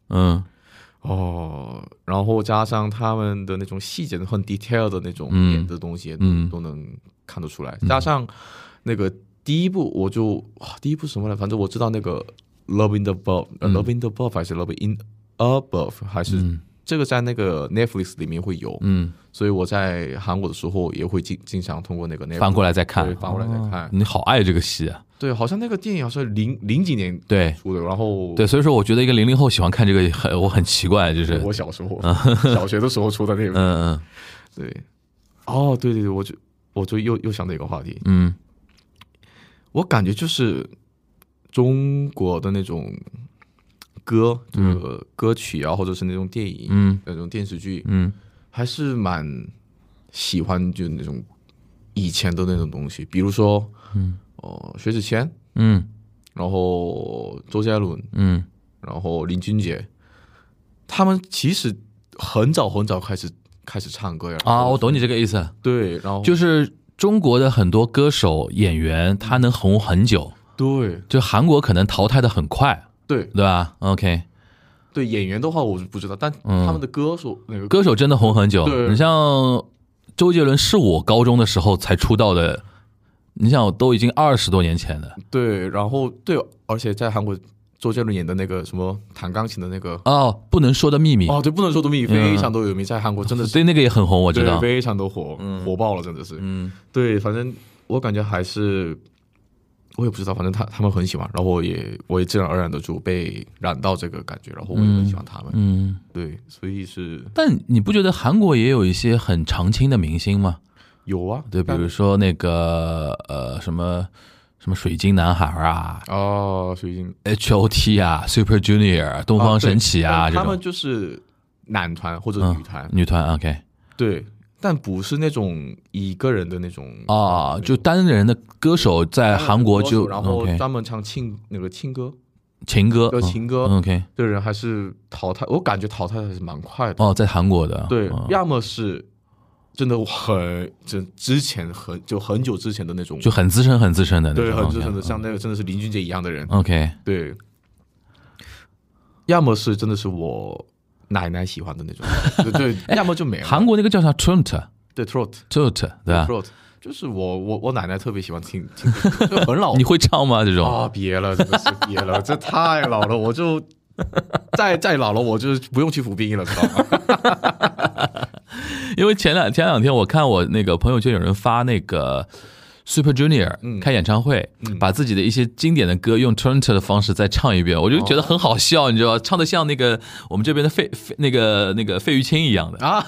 然后加上他们的那种细节很 detail 的那种演的东西都能看得出来。加上那个第一部是什么呢？反正我知道那个 Love in the Above，Love in the Above 还是 Love in Above 还是这个在那个 Netflix 里面会有。所以我在韩国的时候也会经常通过那个 Netflix 翻过来再看。你好爱这个戏啊。 对，好像那个电影好像零几年出的。然后对， 所以说我觉得一个00后喜欢看这个我很奇怪，就是我小时候小学的时候出的那个。对。对，我就又想到一个话题。我感觉就是中国的那种歌曲啊，或者是那种电影，那种电视剧，还是蛮喜欢就那种以前的那种东西，比如说薛之谦，然后周杰伦，然后林俊杰，他们其实很早开始唱歌呀。 我懂你这个意思。 对，然后就是中国的很多歌手演员，他能红很久。 对， 就韩国可能淘汰的很快。对吧 ？OK。 对，演员的话我不知道，但他们的歌手真的红很久。你像周杰伦是我高中的时候才出道的，你想都已经20多年前了。 对，然后而且在韩国，周杰伦演的那个什么弹钢琴的那个不能说的秘密。 对，不能说的秘密非常都有名，在韩国真的是。 对，那个也很红，我知道， 非常都火爆了，真的是。对，反正我感觉还是。我也不知道，反正他们很喜欢，然后我也自然而然的就被染到这个感觉，然后我也很喜欢他们。对，所以是。 但你不觉得韩国也有一些很常青的明星吗？ 有啊， 对，比如说那个什么水晶男孩啊， 水晶 HOT 啊 ，Super Junior 东方神起啊， 他们就是男团或者女团 OK。 对。但不是那种一个人的那种就单人的歌手在韩国就然后专门唱情情歌 ，OK 的人还是淘汰，我感觉淘汰还是蛮快的。 在韩国的， 对，要么是真的之前很久之前的那种， 就很资深的那种， 对，很资深的，像那个真的是林俊杰一样的人。 OK， 对，要么是真的是我奶奶喜欢的那种，对，要么就没了。 韩国那个叫啥 Trot， 对 Trot， 对吧 ？Trot 就是我奶奶特别喜欢听，就很老。 你会唱吗？这种啊，别了，真的是别了，这太老了，我就再老了，我就不用去服兵役了，知道吗？ 因为前两天我看我那个朋友圈有人发那个 Super Junior 开演唱会，把自己的一些经典的歌用 Turn 的方式再唱一遍，我就觉得很好笑，你知道吧？唱的像那个我们这边的费玉清一样的啊。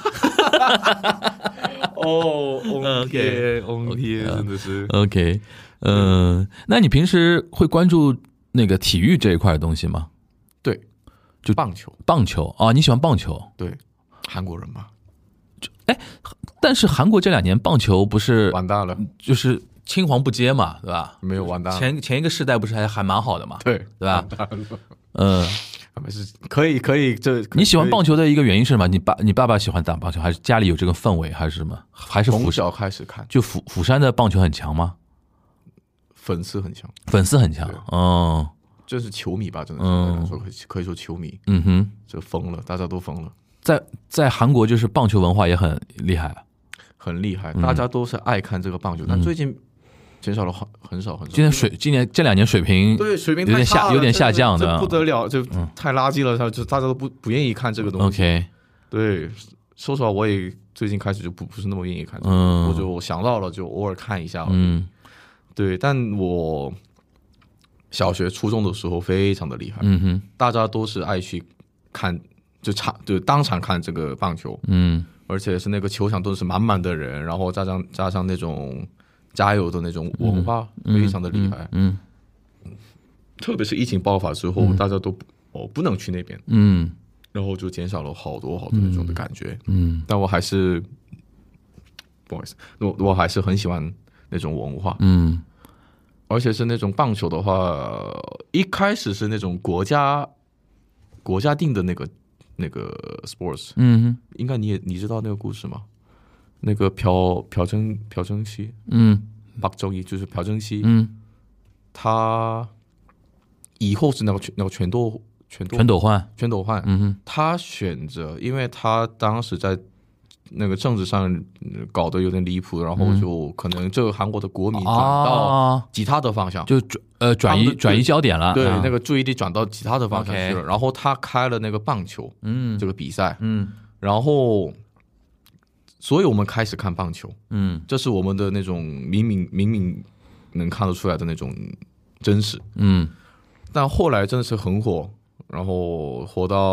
OK， 真的是 OK， 那你平时会关注那个体育这一块的东西吗？ 对，就棒球啊，你喜欢棒球？ 对，韩国人嘛。 但是韩国这2年棒球不是完蛋了， 就是青黄不接嘛，对吧？ 没有完蛋了。 前一个世代不是还蛮好的嘛， 对吧？ 没事，可以。 你喜欢棒球的一个原因是什么？你爸爸喜欢打棒球，还是家里有这个氛围，还是什么？还是从小开始看？ 就釜山的棒球很强吗？ 粉丝很强， 哦， 这是球迷吧？真的是，可以说球迷。这疯了，大家都疯了。 在韩国就是棒球文化也很厉害， 很厉害，大家都是爱看这个棒球，但最近减少了很少。 今年这2年水平有点下降的， 不得了，就太垃圾了，就大家都不愿意看这个东西。 OK， 对，说实话，我也最近开始就不是那么愿意看，我就想到了就偶尔看一下。对，但我小学、初中的时候非常的厉害，大家都是爱去看。就当场看这个棒球，而且是那个球场都是满满的人，然后加上那种加油的那种文化，非常的厉害。特别是疫情爆发之后，大家都不能去那边，然后就减少了好多那种的感觉。但我还是不好意思，我还是很喜欢那种文化。而且是那种棒球的话，一开始是那种国家定的那个 sports， 应该你知道那个故事吗？那个朴正熙，박정희就是朴正熙，他以后是那个全斗焕，他选择，因为他当时在那个政治上搞得有点离谱，然后就可能这个韩国的国民转到其他的方向， 就转移焦点了， 对，那个注意力转到其他的方向去了。然后他开了那个棒球，这个比赛，然后，所以我们开始看棒球，这是我们的那种明明能看得出来的那种真实，但后来真的是很火。然后活到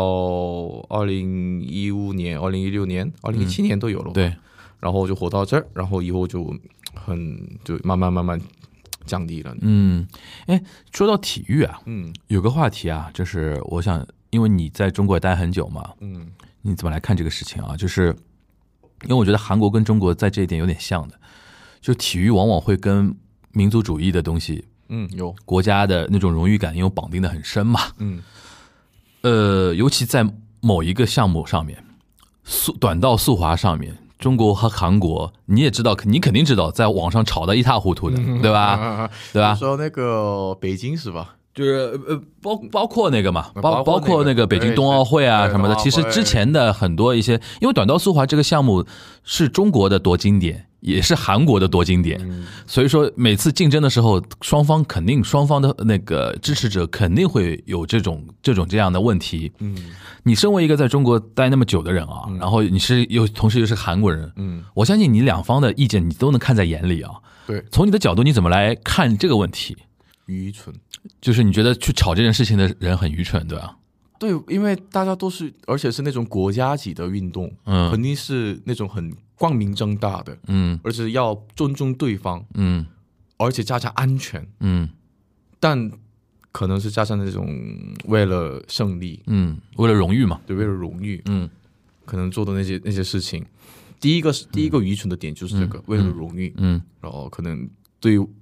2015年、2016年、2017年都有了， 对。 然后就活到这儿，然后以后就慢慢降低了。 说到体育啊，有个话题啊，就是我想，因为你在中国也待很久嘛，你怎么来看这个事情啊？就是因为我觉得韩国跟中国在这一点有点像的，就体育往往会跟民族主义的东西， 有国家的那种荣誉感，因为绑定的很深嘛，尤其在某一个项目上面，短道速滑上面，中国和韩国，你也知道，你肯定知道，在网上吵得一塌糊涂的，对吧？对吧？ 说那个北京是吧？ 就是包括那个嘛，包括那个北京冬奥会啊什么的。其实之前的很多一些，因为短道速滑这个项目是中国的夺金点，也是韩国的夺金点，所以说每次竞争的时候，双方的那个支持者肯定会有这样的问题。你身为一个在中国待那么久的人啊，然后你同时又是韩国人，我相信你两方的意见你都能看在眼里啊。 对， 从你的角度你怎么来看这个问题？ 愚蠢， 就是你觉得去吵这件事情的人很愚蠢，对吧？ 对，因为大家都是，而且是那种国家级的运动，肯定是那种很光明正大的，而且要尊重对方，而且加上安全，但可能是加上那种为了胜利， 为了荣誉嘛， 对，为了荣誉，可能做的那些事情，第一个愚蠢的点就是这个，为了荣誉，然后可能对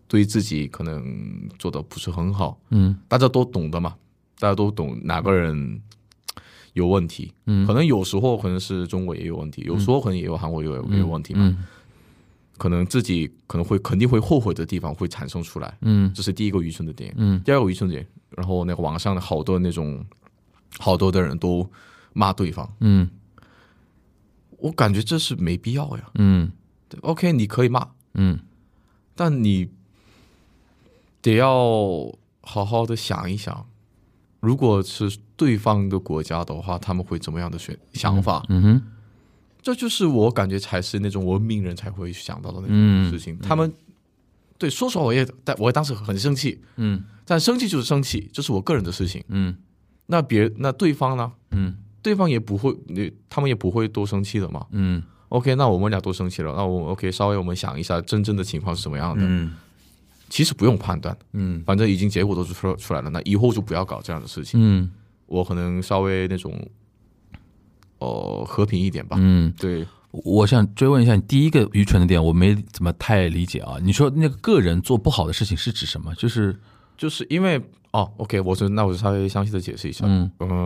对自己可能做的不是很好，大家都懂的嘛，大家都懂哪个人有问题，可能有时候可能是中国也有问题，有时候可能也有韩国也有问题嘛，可能自己肯定会后悔的地方会产生出来，这是第一个愚蠢的点，第二个愚蠢点，然后那个网上的好多的人都骂对方，我感觉这是没必要呀，OK 你可以骂，但你得要好好的想一想，如果是对方的国家的话，他们会怎么样的想法？这就是我感觉才是那种文明人才会想到的那种事情。他们对，说实话，我当时很生气，但生气就是生气，这是我个人的事情，那对方呢？对方也不会，他们也不会多生气的嘛。OK， 那我们俩都生气了，那我 OK， 稍微我们想一下真正的情况是什么样的。其实不用判断，反正已经结果都出来了，那以后就不要搞这样的事情。我可能稍微那种和平一点吧。对。 我想追问一下，你第一个愚蠢的点我没怎么太理解啊。你说那个个人做不好的事情是指什么？就是因为OK， 那我就稍微详细的解释一下。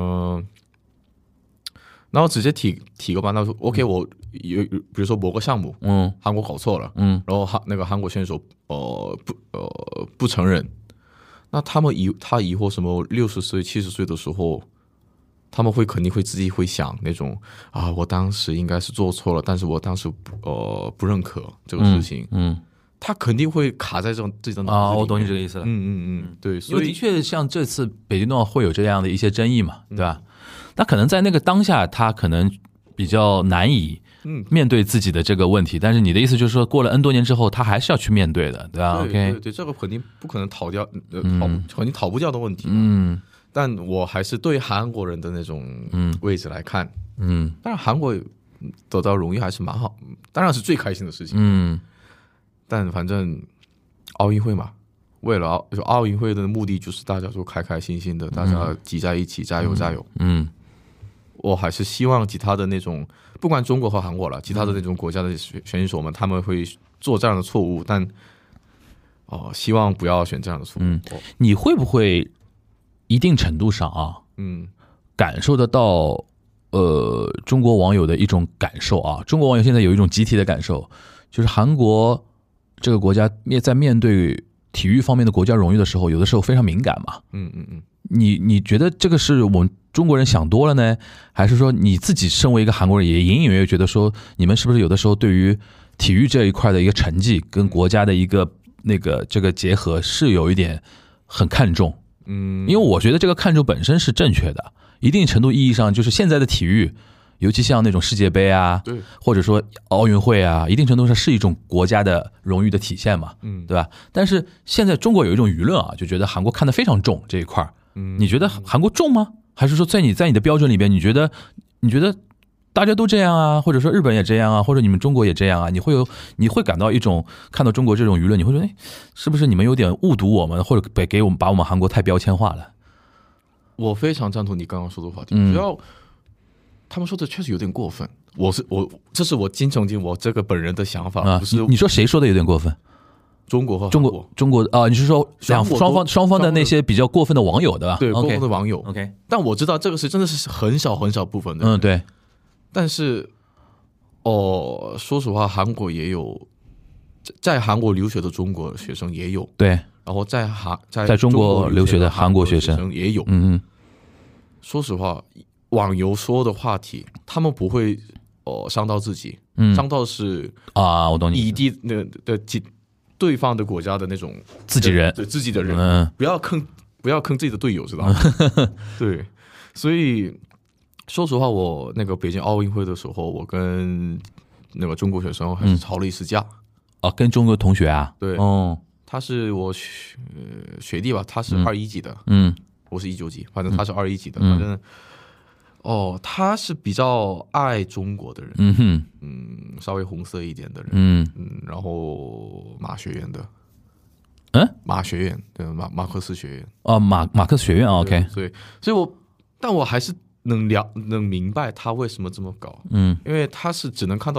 然后直接提个吧，那 OK， 我比如说某个项目，韩国搞错了，然后那个韩国选手不承认，那他以后什么60岁70岁的时候，他们肯定会自己会想那种我当时应该是做错了，但是我当时不认可这个事情，他肯定会卡在这种我懂你这个意思了。 对， 因为的确像这次北京冬奥会有这样的一些争议嘛，对吧？那可能在那个当下，他可能比较难以面对自己的这个问题，但是你的意思就是说，过了 N 多年之后，他还是要去面对的，对吧？ 对，这个肯定不可能逃掉，肯定逃不掉的问题。但我还是对韩国人的那种位置来看，当然韩国得到荣誉还是蛮好，当然是最开心的事情。但反正奥运会嘛，为了奥运会的目的就是大家都开开心心的，大家挤在一起，加油加油。我还是希望其他的那种，不管中国和韩国了，其他的那种国家的选手们，他们会做这样的错误，但希望不要选这样的错误。 你会不会一定程度上感受得到中国网友的一种感受啊？中国网友现在有一种集体的感受，就是韩国这个国家在面对体育方面的国家荣誉的时候，有的时候非常敏感嘛。你觉得这个是我们中国人想多了呢，还是说你自己身为一个韩国人也隐隐约约觉得说，你们是不是有的时候对于体育这一块的一个成绩跟国家的一个这个结合是有一点很看重？因为我觉得这个看重本身是正确的，一定程度意义上就是现在的体育，尤其像那种世界杯啊，或者说奥运会啊，一定程度上是一种国家的荣誉的体现嘛，对吧？但是现在中国有一种舆论就觉得韩国看得非常重这一块，你觉得韩国重吗？还是说在你的标准里边，你觉得大家都这样啊，或者说日本也这样啊，或者你们中国也这样啊？你会感到一种看到中国这种舆论，你会说，是不是你们有点误读我们，或者把我们韩国太标签化了？ 我非常赞同你刚刚说的话题，只要他们说的确实有点过分。这是我金城金我这个本人的想法，不是你说谁说的有点过分？ 中国和中国你是说双方的那些比较过分的网友对吧？ 对，过分的网友。 OK， 但我知道这个是真的是很少很少部分的。 对。 但是说实话，韩国也有在韩国留学的中国学生也有， 对。 然后在中国留学的韩国学生也有。说实话，网友说的话题，他们不会伤到自己，伤到是我懂你异地的对方的国家的那种自己人， 对自己的人，不要坑自己的队友，知道吗？对，所以说实话，我那个北京奥运会的时候，我跟那个中国学生还是吵了一次架。 跟中国同学啊？ 对，他是我学弟吧，他是21级的，我是19级，反正他是21级的，反正。他是比较爱中国的人，稍微红色一点的人，然后马学院的，马学院对马克思学院， 马克思学院 ，OK， 所以我还是能明白他为什么这么搞，因为他是只能看到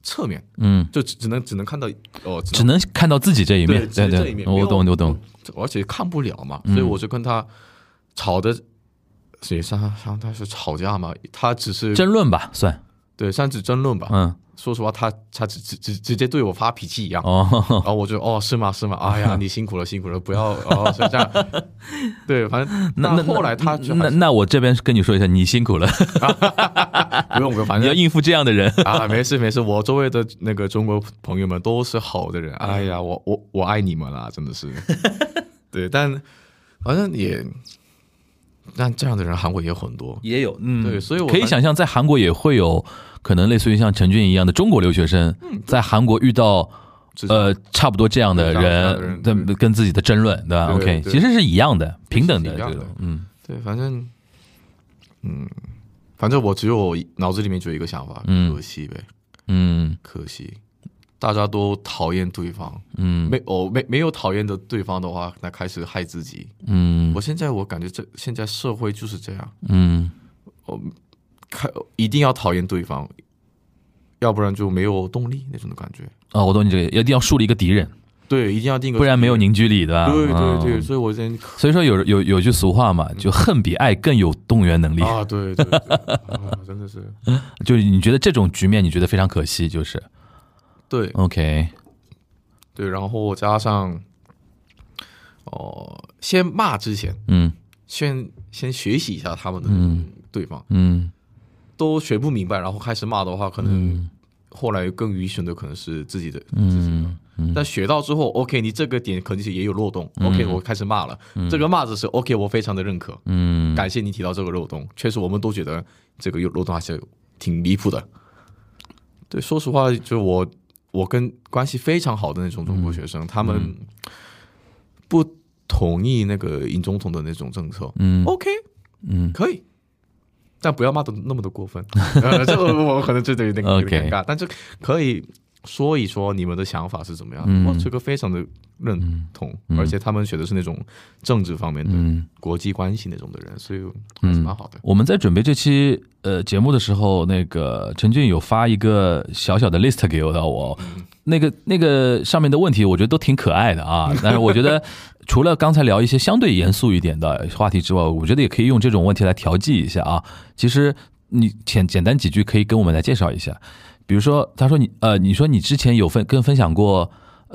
侧面，就只能看到只能看到自己这一面， 对这一面， 我懂， 而且看不了嘛，所以我就跟他吵的，也算他是吵架嘛，他只是争论吧，算对，算是争论吧，说实话，他直接对我发脾气一样，然后我就是吗？哎呀，你辛苦了，不要是这样。对，反正那后来他那我这边跟你说一下，你辛苦了， 不用，反正你要应付这样的人啊，没事，我周围的那个中国朋友们都是好的人，哎呀，我爱你们啦，真的是。对，但反正但这样的人韩国也有很多， 也有， 对，所以我可以想象，在韩国也会有可能类似于像陈俊一样的中国留学生，在韩国遇到差不多这样的人，跟自己的争论，对吧 ？OK， 其实是一样的，平等的， 对，反正我只有脑子里面只有一个想法，可惜呗，可惜。大家都讨厌对方，没有讨厌的对方的话，那开始害自己。我感觉现在社会就是这样，一定要讨厌对方，要不然就没有动力那种的感觉。 我懂你这个，一定要树立一个敌人， 对，一定要定个， 不然没有凝聚力，对吧？ 对，所以说有句俗话嘛，就恨比爱更有动员能力啊，对，真的是， 就是你觉得这种局面，你觉得非常可惜，就是。 对 ，OK， 对，然后加上，先骂之前，先学习一下他们的对方，都学不明白，然后开始骂的话，可能后来更愚蠢的可能是自己的，但学到之后 ，OK， 你这个点肯定是也有漏洞，OK， 我开始骂了，这个骂的是 OK， 我非常的认可，感谢你提到这个漏洞，确实我们都觉得这个漏洞还是挺离谱的，对，说实话，就我跟关系非常好的那种中国学生，他们不同意那个尹总统的那种政策，OK， 可以，但不要骂的那么的过分，这个我可能觉得有点尴尬，但是可以说一说你们的想法是怎么样，我这个非常的认同，而且他们学的是那种政治方面的国际关系那种的人，所以还是蛮好的。 我们在准备这期节目的时候，那个陈俊有发一个小小的 list 给我，那个上面的问题，我觉得都挺可爱的啊。但是我觉得除了刚才聊一些相对严肃一点的话题之外，我觉得也可以用这种问题来调剂一下啊。其实你简单几句可以跟我们来介绍一下，比如说他说你说你之前有分享过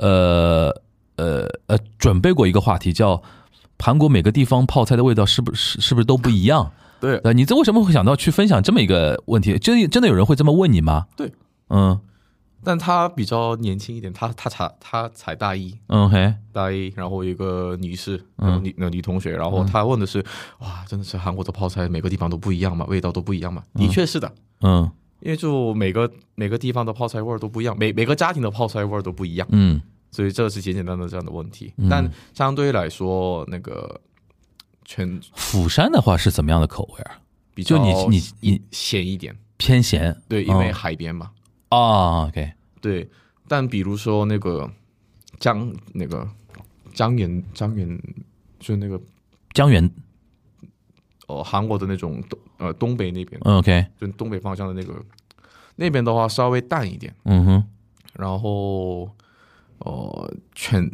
准备过一个话题叫韩国每个地方泡菜的味道是不是都不一样？ 对， 你这为什么会想到去分享这么一个问题？真的有人会这么问你吗？ 对，但他比较年轻一点，他才大一 ，OK， 大一，然后一个女士，女同学，然后他问的是，哇，真的是韩国的泡菜每个地方都不一样吗？味道都不一样吗？的确是的，因为就每个地方的泡菜味都不一样，每个家庭的泡菜味都不一样，所以这是简单的这样的问题。但相对来说，那个釜山的话是怎么样的口味啊？ 比较你咸一点， 偏咸， 对，因为海边嘛。 OK， 对，但比如说那个江源，就那个江源， 韩国的那种东北那边 ，OK， 就东北方向的那边的话稍微淡一点，然后全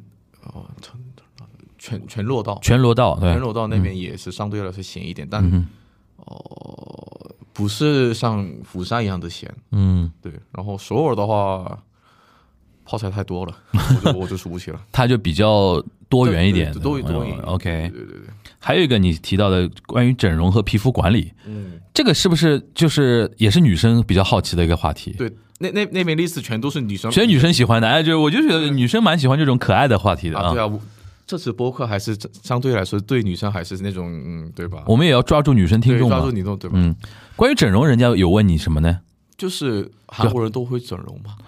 罗道那边也是相对来说咸一点，但不是像釜山一样的咸，对。然后首尔的话，泡菜太多了，我就数不起了。 它就比较多元一点， 多元一点。 OK， 对。 还有一个你提到的关于整容和皮肤管理，这个是不是就是也是女生比较好奇的一个话题？ 对，那边 list 全都是女生， 全女生喜欢的。我就觉得女生蛮喜欢这种可爱的话题的啊。 对啊。这次播客还是相对来说对女生还是那种对吧？ 我们也要抓住女生听众嘛， 抓住女众对吧？ 关于整容，人家有问你什么呢？ 就是韩国人都会整容嘛？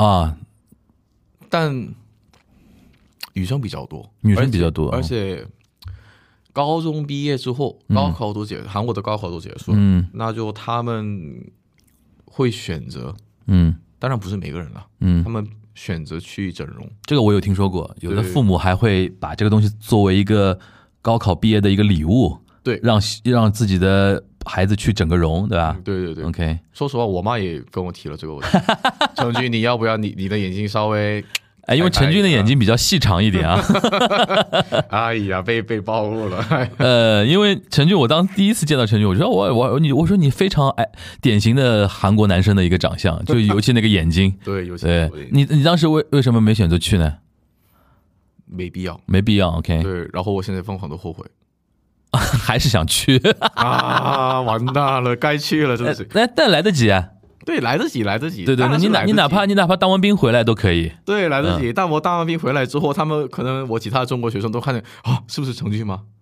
但女生比较多，而且高中毕业之后，韩国的高考都结束了，那就他们会选择，当然不是每个人了，他们选择去整容， 这个我有听说过，有的父母还会把这个东西作为一个高考毕业的一个礼物， 对， 让自己的孩子去整个容，对吧？ 对。 OK， 说实话，我妈也跟我提了这个问题， 程君，你要不要你的眼睛稍微？ 因为陈俊的眼睛比较细长一点啊。 哎呀，被暴露了。 因为陈俊，我第一次见到陈俊，我说你非常典型的韩国男生的一个长相，就尤其那个眼睛。 对，尤其你当时为什么没选择去呢？ 没必要。 OK。 对，然后我现在疯狂的后悔， 还是想去啊，完蛋了，该去了，真的是。 但来得及啊。 对，来得及。对， 你哪怕当完兵回来都可以。 对，来得及。但我当完兵回来之后，他们可能我其他中国学生都看见是不是程俊吗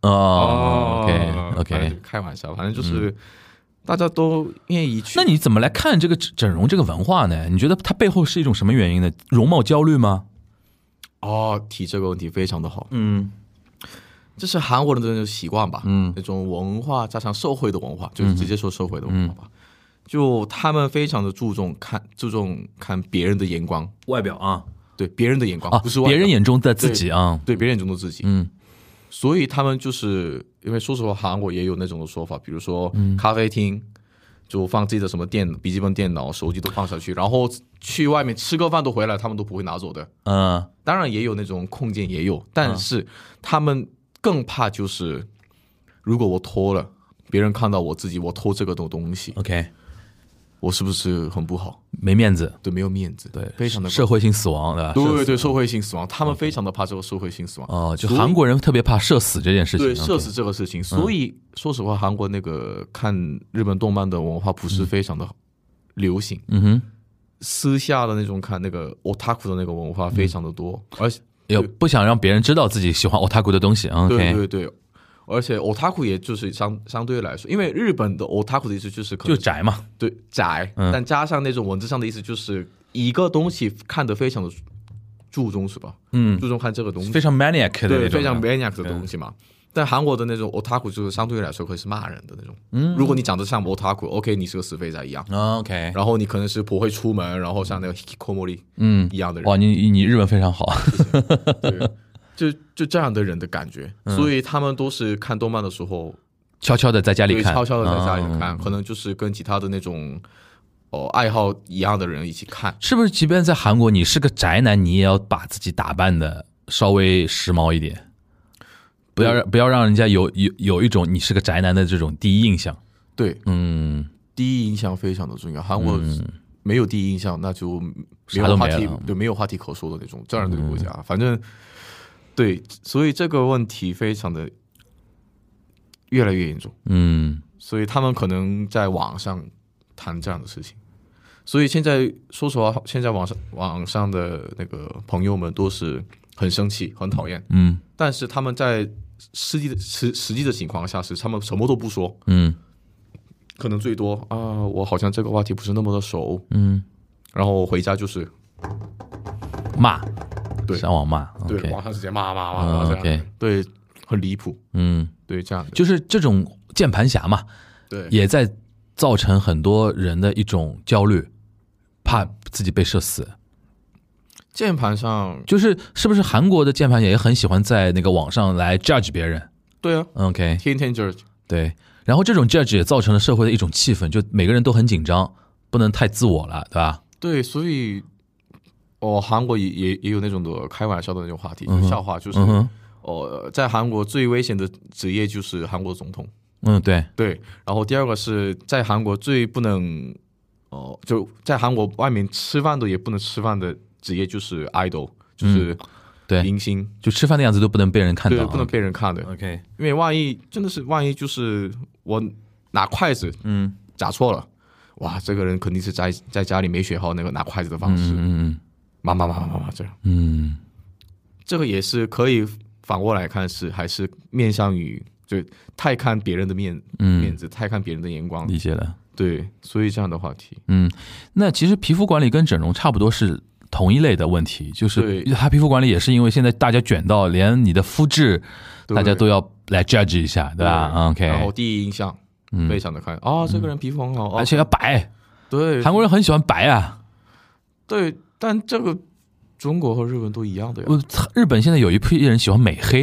？OK， 开玩笑，反正就是大家都愿意去。 那你怎么来看这个整容这个文化呢？你觉得它背后是一种什么原因呢？容貌焦虑吗？ 提这个问题非常的好。这是韩国人的那种习惯吧。那种文化加上社会的文化，就是直接说社会的文化吧。就他们非常的注重看别人的眼光， 外表啊， 对别人的眼光，不是外表， 别人眼中的自己啊， 对别人眼中的自己。所以他们就是因为说实话，韩国也有那种的说法，比如说咖啡厅就放自己的什么笔记本电脑、手机都放下去，然后去外面吃个饭都回来，他们都不会拿走的。当然也有那种空间也有，但是他们更怕就是如果我脱了，别人看到我自己我脱这个东西 ，OK。 我是不是很不好？ 没面子， 对，没有面子， 对， 非常的社会性死亡，对吧？ 对，社会性死亡，他们非常的怕这个社会性死亡。 就韩国人特别怕社死这件事情， 对，社死这个事情。所以说实话，韩国那个看日本动漫的文化不是非常的流行。私下的那种看那个 otaku 的那个文化非常的多，而且不想让别人知道自己喜欢 otaku 的东西。 对。而且 otaku 也就是相对来说，因为日本的 otaku 的意思就是可能就宅嘛， 对宅，但加上那种文字上的意思，就是一个东西看得非常的注重，是吧？注重看这个东西， 非常 maniac 的对，非常 maniac 的东西嘛。但韩国的那种 otaku 就是相对来说会是骂人的那种。如果你长得像 otaku，OK， 你是个死肥仔一样。 OK， 然后你可能是不会出门，然后像那个 hikikomori 一样的人。 哇，你日文非常好。 对。就这样的人的感觉，所以他们都是看动漫的时候悄悄的在家里看， 悄悄的在家里看，可能就是跟其他的那种爱好一样的人一起看。 是不是即便在韩国你是个宅男，你也要把自己打扮的稍微时髦一点，不要让人家有一种你是个宅男的这种第一印象。 对，第一印象非常的重要。韩国没有第一印象，那就没有话题，对，没有话题可说的那种这样的国家。反正。对，所以这个问题非常的越来越严重。所以他们可能在网上谈这样的事情。所以现在说实话，现在网上的那个朋友们都是很生气、很讨厌。但是他们在实际的情况下是他们什么都不说。可能最多我好像这个话题不是那么的熟。然后回家就是骂。 对， 上网骂， 对，网上直接骂，OK，对，很离谱，对，这样的， 就是这种键盘侠嘛， 对， 也在造成很多人的一种焦虑，怕自己被社死。 键盘上是不是韩国的键盘也很喜欢在那个网上来 judge 别人？ 对啊 ，OK， 天天 judge， 对，然后这种 judge 也造成了社会的一种气氛，就每个人都很紧张，不能太自我了，对吧？ 对，所以。韩国也有那种的开玩笑的那种话题，笑话就是，在韩国最危险的职业就是韩国总统。对。然后第二个是在韩国最不能，就在韩国外面吃饭都也不能吃饭的职业就是 idol， 就是明星， 就吃饭的样子都不能被人看到， 对，不能被人看的。 OK， 因为万一就是我拿筷子，夹错了，哇，这个人肯定是在家里没学好那个拿筷子的方式。妈这样，这个也是可以反过来看，还是面向于就太看别人的面子，太看别人的眼光， 理解了。 对，所以这样的话题， 那其实皮肤管理跟整容差不多是同一类的问题，就是它皮肤管理也是因为现在大家卷到连你的肤质，大家都要来 judge 一下，对吧 ？OK， 然后第一印象非常的看这个人皮肤很好， 而且要白， 对， 韩国人很喜欢白啊， 对。但这个中国和日本都一样的呀。 日本现在有一批人喜欢美黑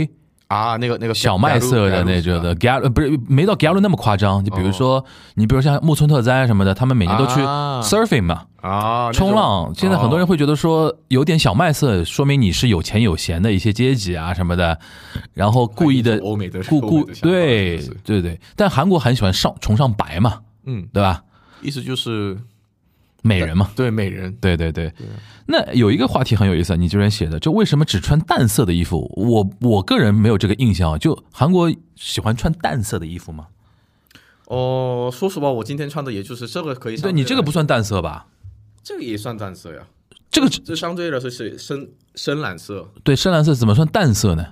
啊，那个小麦色的那种的 Gallo 不是没到 Gallo 那么夸张，就比如说、你比如像木村拓哉什么的，他们每年都去 surfing 嘛，冲浪。现在很多人会觉得说有点小麦色，说明你是有钱有闲的一些阶级啊什么的，然后故意的欧美的对，但韩国很喜欢崇尚白嘛，对吧？ 意思就是美人嘛， 对美人， 对。那有一个话题很有意思，你这边写的，就为什么只穿淡色的衣服？我个人没有这个印象，就韩国喜欢穿淡色的衣服吗？ 说实话，我今天穿的也就是这个可以。 对你这个不算淡色吧？ 这个也算淡色呀。这相对来说是深蓝色。对， 深蓝色怎么算淡色呢？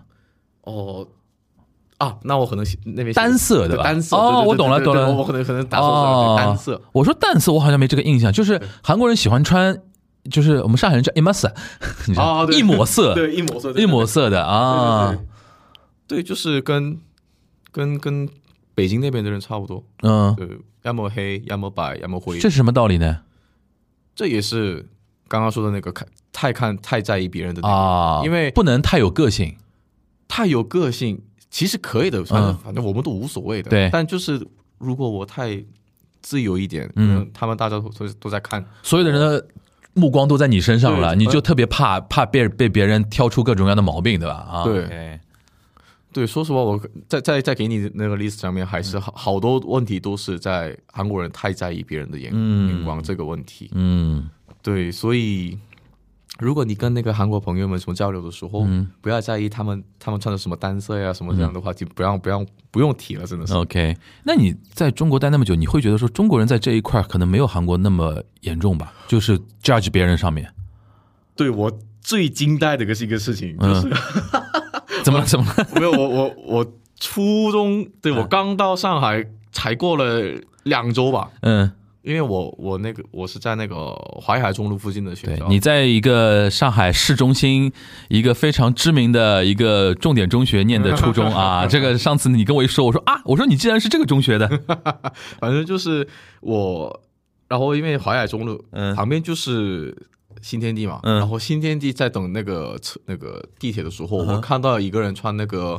那我可能那边单色的吧？ 单色我懂了， 我可能打错单色。 我说淡色，我好像没这个印象。就是韩国人喜欢穿，就是我们上海人叫 imas， 一抹色， 对，一抹色的啊。 对，就是跟北京那边的人差不多。对，要么黑，要么白，要么灰。 这是什么道理呢？ 这也是刚刚说的那个太在意别人的因为不能太有个性， 太有个性。其实可以的，反正我们都无所谓的。 对， 但就是如果我太自由一点，他们大家都在看， 所有的人的目光都在你身上了，你就特别怕被别人挑出各种各样的毛病，对吧？ 对，说实话，我再给你那个 list 上面，还是好多问题都是在韩国人太在意别人的眼光这个问题。对，所以。如果你跟那个韩国朋友们什么交流的时候，不要在意他们穿的什么单色呀什么这样的话题，不用提了，真的是。 OK， 那你在中国待那么久，你会觉得说中国人在这一块可能没有韩国那么严重吧？就是 judge 别人上面。 对，我最惊呆的一个事情就是， 怎么了？ 没有，我初中，对，我刚到上海才过了2周吧。因为我是在那个淮海中路附近的学校， 你在一个上海市中心一个非常知名的一个重点中学念的初中啊，这个上次你跟我一说，我说你既然是这个中学的， 反正就是我，然后因为淮海中路旁边就是新天地嘛，然后新天地在等那个地铁的时候，我看到一个人穿那个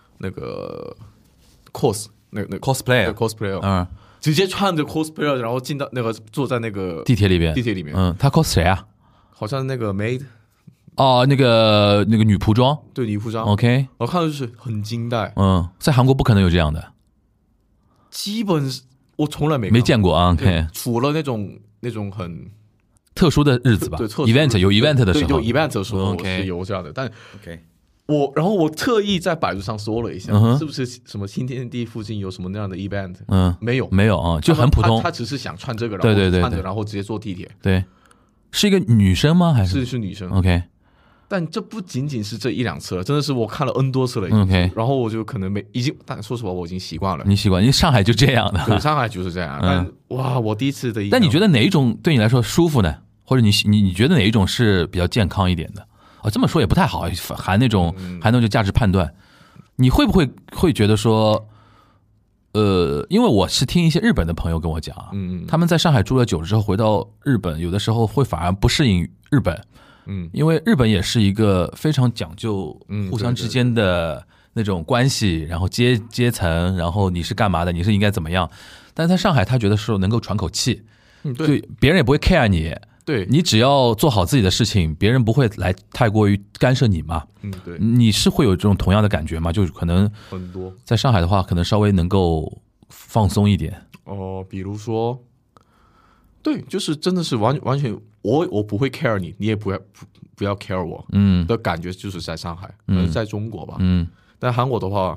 cos 那 cosplayer。直接穿着 cosplayer， 然后进到那个坐在那个地铁里面。他 cos 谁啊？ 好像那个 maid。 那个女仆装。 对，女仆装。 OK， 我看到就是很惊呆。 在韩国不可能有这样的。 基本我从来没见过啊。OK， 除了那种很特殊的日子吧。 对 ，event 有 event 的时候。 有 event 的时候是有这样的，但 OK。 然后我特意在百度上搜了一下，是不是什么新天地附近有什么那样的 event？没有啊，就很普通。 他只是想穿这个，然后穿着，然后直接坐地铁。 对，是一个女生吗？还是女生 ？OK。 但这不仅仅是这1-2次了，真的是我看了 N 多次了。OK。然后我就可能但说实话，我已经习惯了。 你习惯，因为上海就这样的。 对，上海就是这样。但我第一次的。 但你觉得哪一种对你来说舒服呢？或者你觉得哪一种是比较健康一点的？这么说也不太好，含那种价值判断。你会不会觉得说，因为我是听一些日本的朋友跟我讲，他们在上海住了久了之后回到日本，有的时候会反而不适应日本，因为日本也是一个非常讲究互相之间的那种关系，然后阶层，然后你是干嘛的，你是应该怎么样。但是在上海，他觉得说能够喘口气，对，别人也不会 care 你。 对， 你只要做好自己的事情，别人不会来太过于干涉你嘛。 对， 你是会有这种同样的感觉吗？就是可能很多在上海的话，可能稍微能够放松一点。 比如说，对，就是真的是完全，我不会 care 你，你也不要 care 我。的感觉就是在上海，在中国吧。但韩国的话，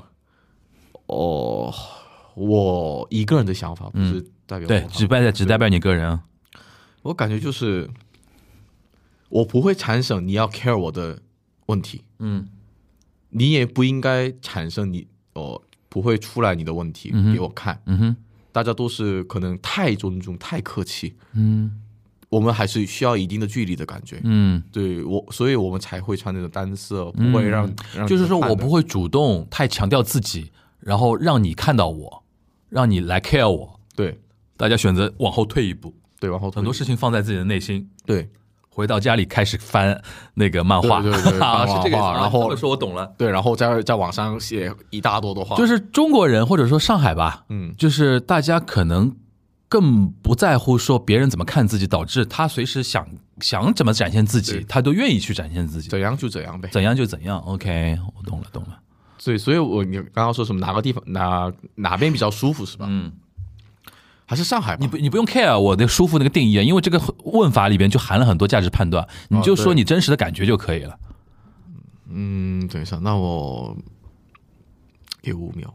我一个人的想法不是代表对，只代表你个人。 我感觉就是我不会产生你要 care 我的问题，你也不应该产生不会出来你的问题给我看，大家都是可能太尊重太客气，我们还是需要一定的距离的感觉，对，所以我们才会穿那种单色，不会让就是说我不会主动太强调自己，然后让你看到我，让你来 care 我， 对， 大家选择往后退一步。 对，往后退很多事情放在自己的内心， 对， 回到家里开始翻那个漫画， 对，是这个，然后说我懂了， 对，然后在网上写一大多的话， 就是中国人或者说上海吧，就是大家可能更不在乎说别人怎么看自己，导致他随时想怎么展现自己，他都愿意去展现自己， 怎样就怎样呗， 怎样就怎样。OK， 我懂了。 对，所以你刚刚说什么哪个地方哪边比较舒服是吧？还是上海吧？ 你不用 care 我的舒服那个定义啊，因为这个问法里边就含了很多价值判断，你就说你真实的感觉就可以了。 等一下，那我给5秒。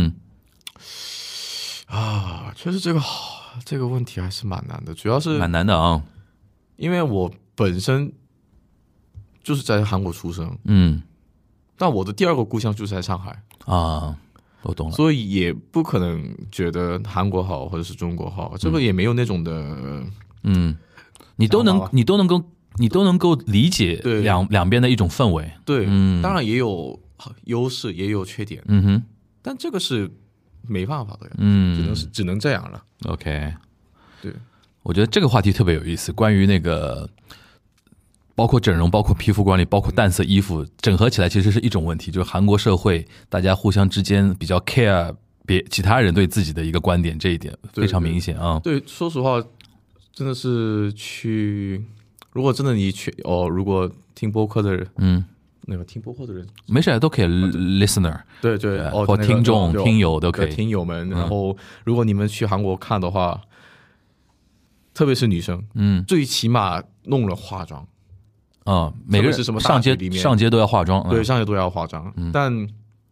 确实这个问题还是蛮难的，主要是蛮难的啊， 因为我本身就是在韩国出生，但我的第二个故乡就是在上海啊。我懂了， 所以也不可能觉得韩国好或者是中国好，这个也没有那种的， 你都能够理解两边的一种氛围， 对，当然也有优势，也有缺点，但这个是没办法的，只能这样了。 OK， 对， 我觉得这个话题特别有意思，关于那个。包括整容，包括皮肤管理，包括淡色衣服，整合起来其实是一种问题，就是韩国社会大家互相之间比较 care 其他人对自己的一个观点，这一点非常明显啊。 对，说实话，真的是如果真的你如果听播客的人，那个听播客的人没事都可以 listener， 对， 或听众、听友都可以， 听友们。然后，如果你们去韩国看的话，特别是女生，最起码弄了化妆。 每个人是什么上街都要化妆， 对，上街都要化妆。但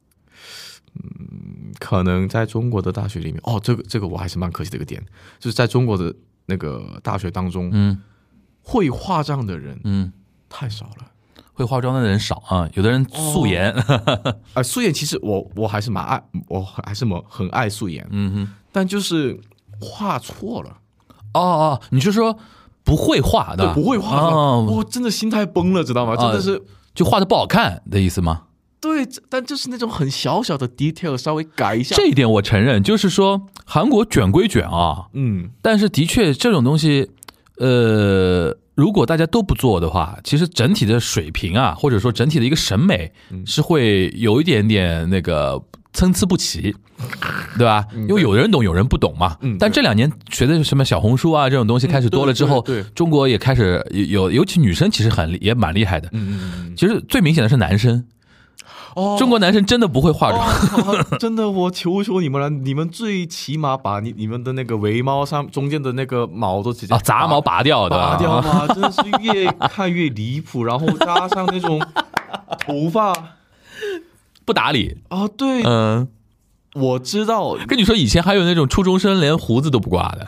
可能在中国的大学里面，这个我还是蛮可惜的一个点，就是在中国的那个大学当中，会化妆的人，太少了。 会化妆的人少啊，有的人素颜， 素颜其实我还是很爱素颜，但就是画错了。 你是说？不会画的， 不会画，我真的心态崩了，知道吗？真的是就画的不好看的意思吗？ 对，但就是那种很小小的 detail 稍微改一下， 这一点我承认，就是说韩国卷归卷啊，但是的确这种东西，如果大家都不做的话，其实整体的水平啊，或者说整体的一个审美是会有一点点那个参差不齐。对吧？因为有人懂，有人不懂嘛。但这2年学的什么小红书啊这种东西开始多了之后，中国也开始尤其女生其实也蛮厉害的。其实最明显的是男生。中国男生真的不会化妆， 真的，我求求你们了，你们最起码把你们的那个眉毛上中间的那个毛都直接杂毛拔掉嘛，真的是越看越离谱。然后加上那种头发不打理对，我知道， 跟你说，以前还有那种初中生连胡子都不刮的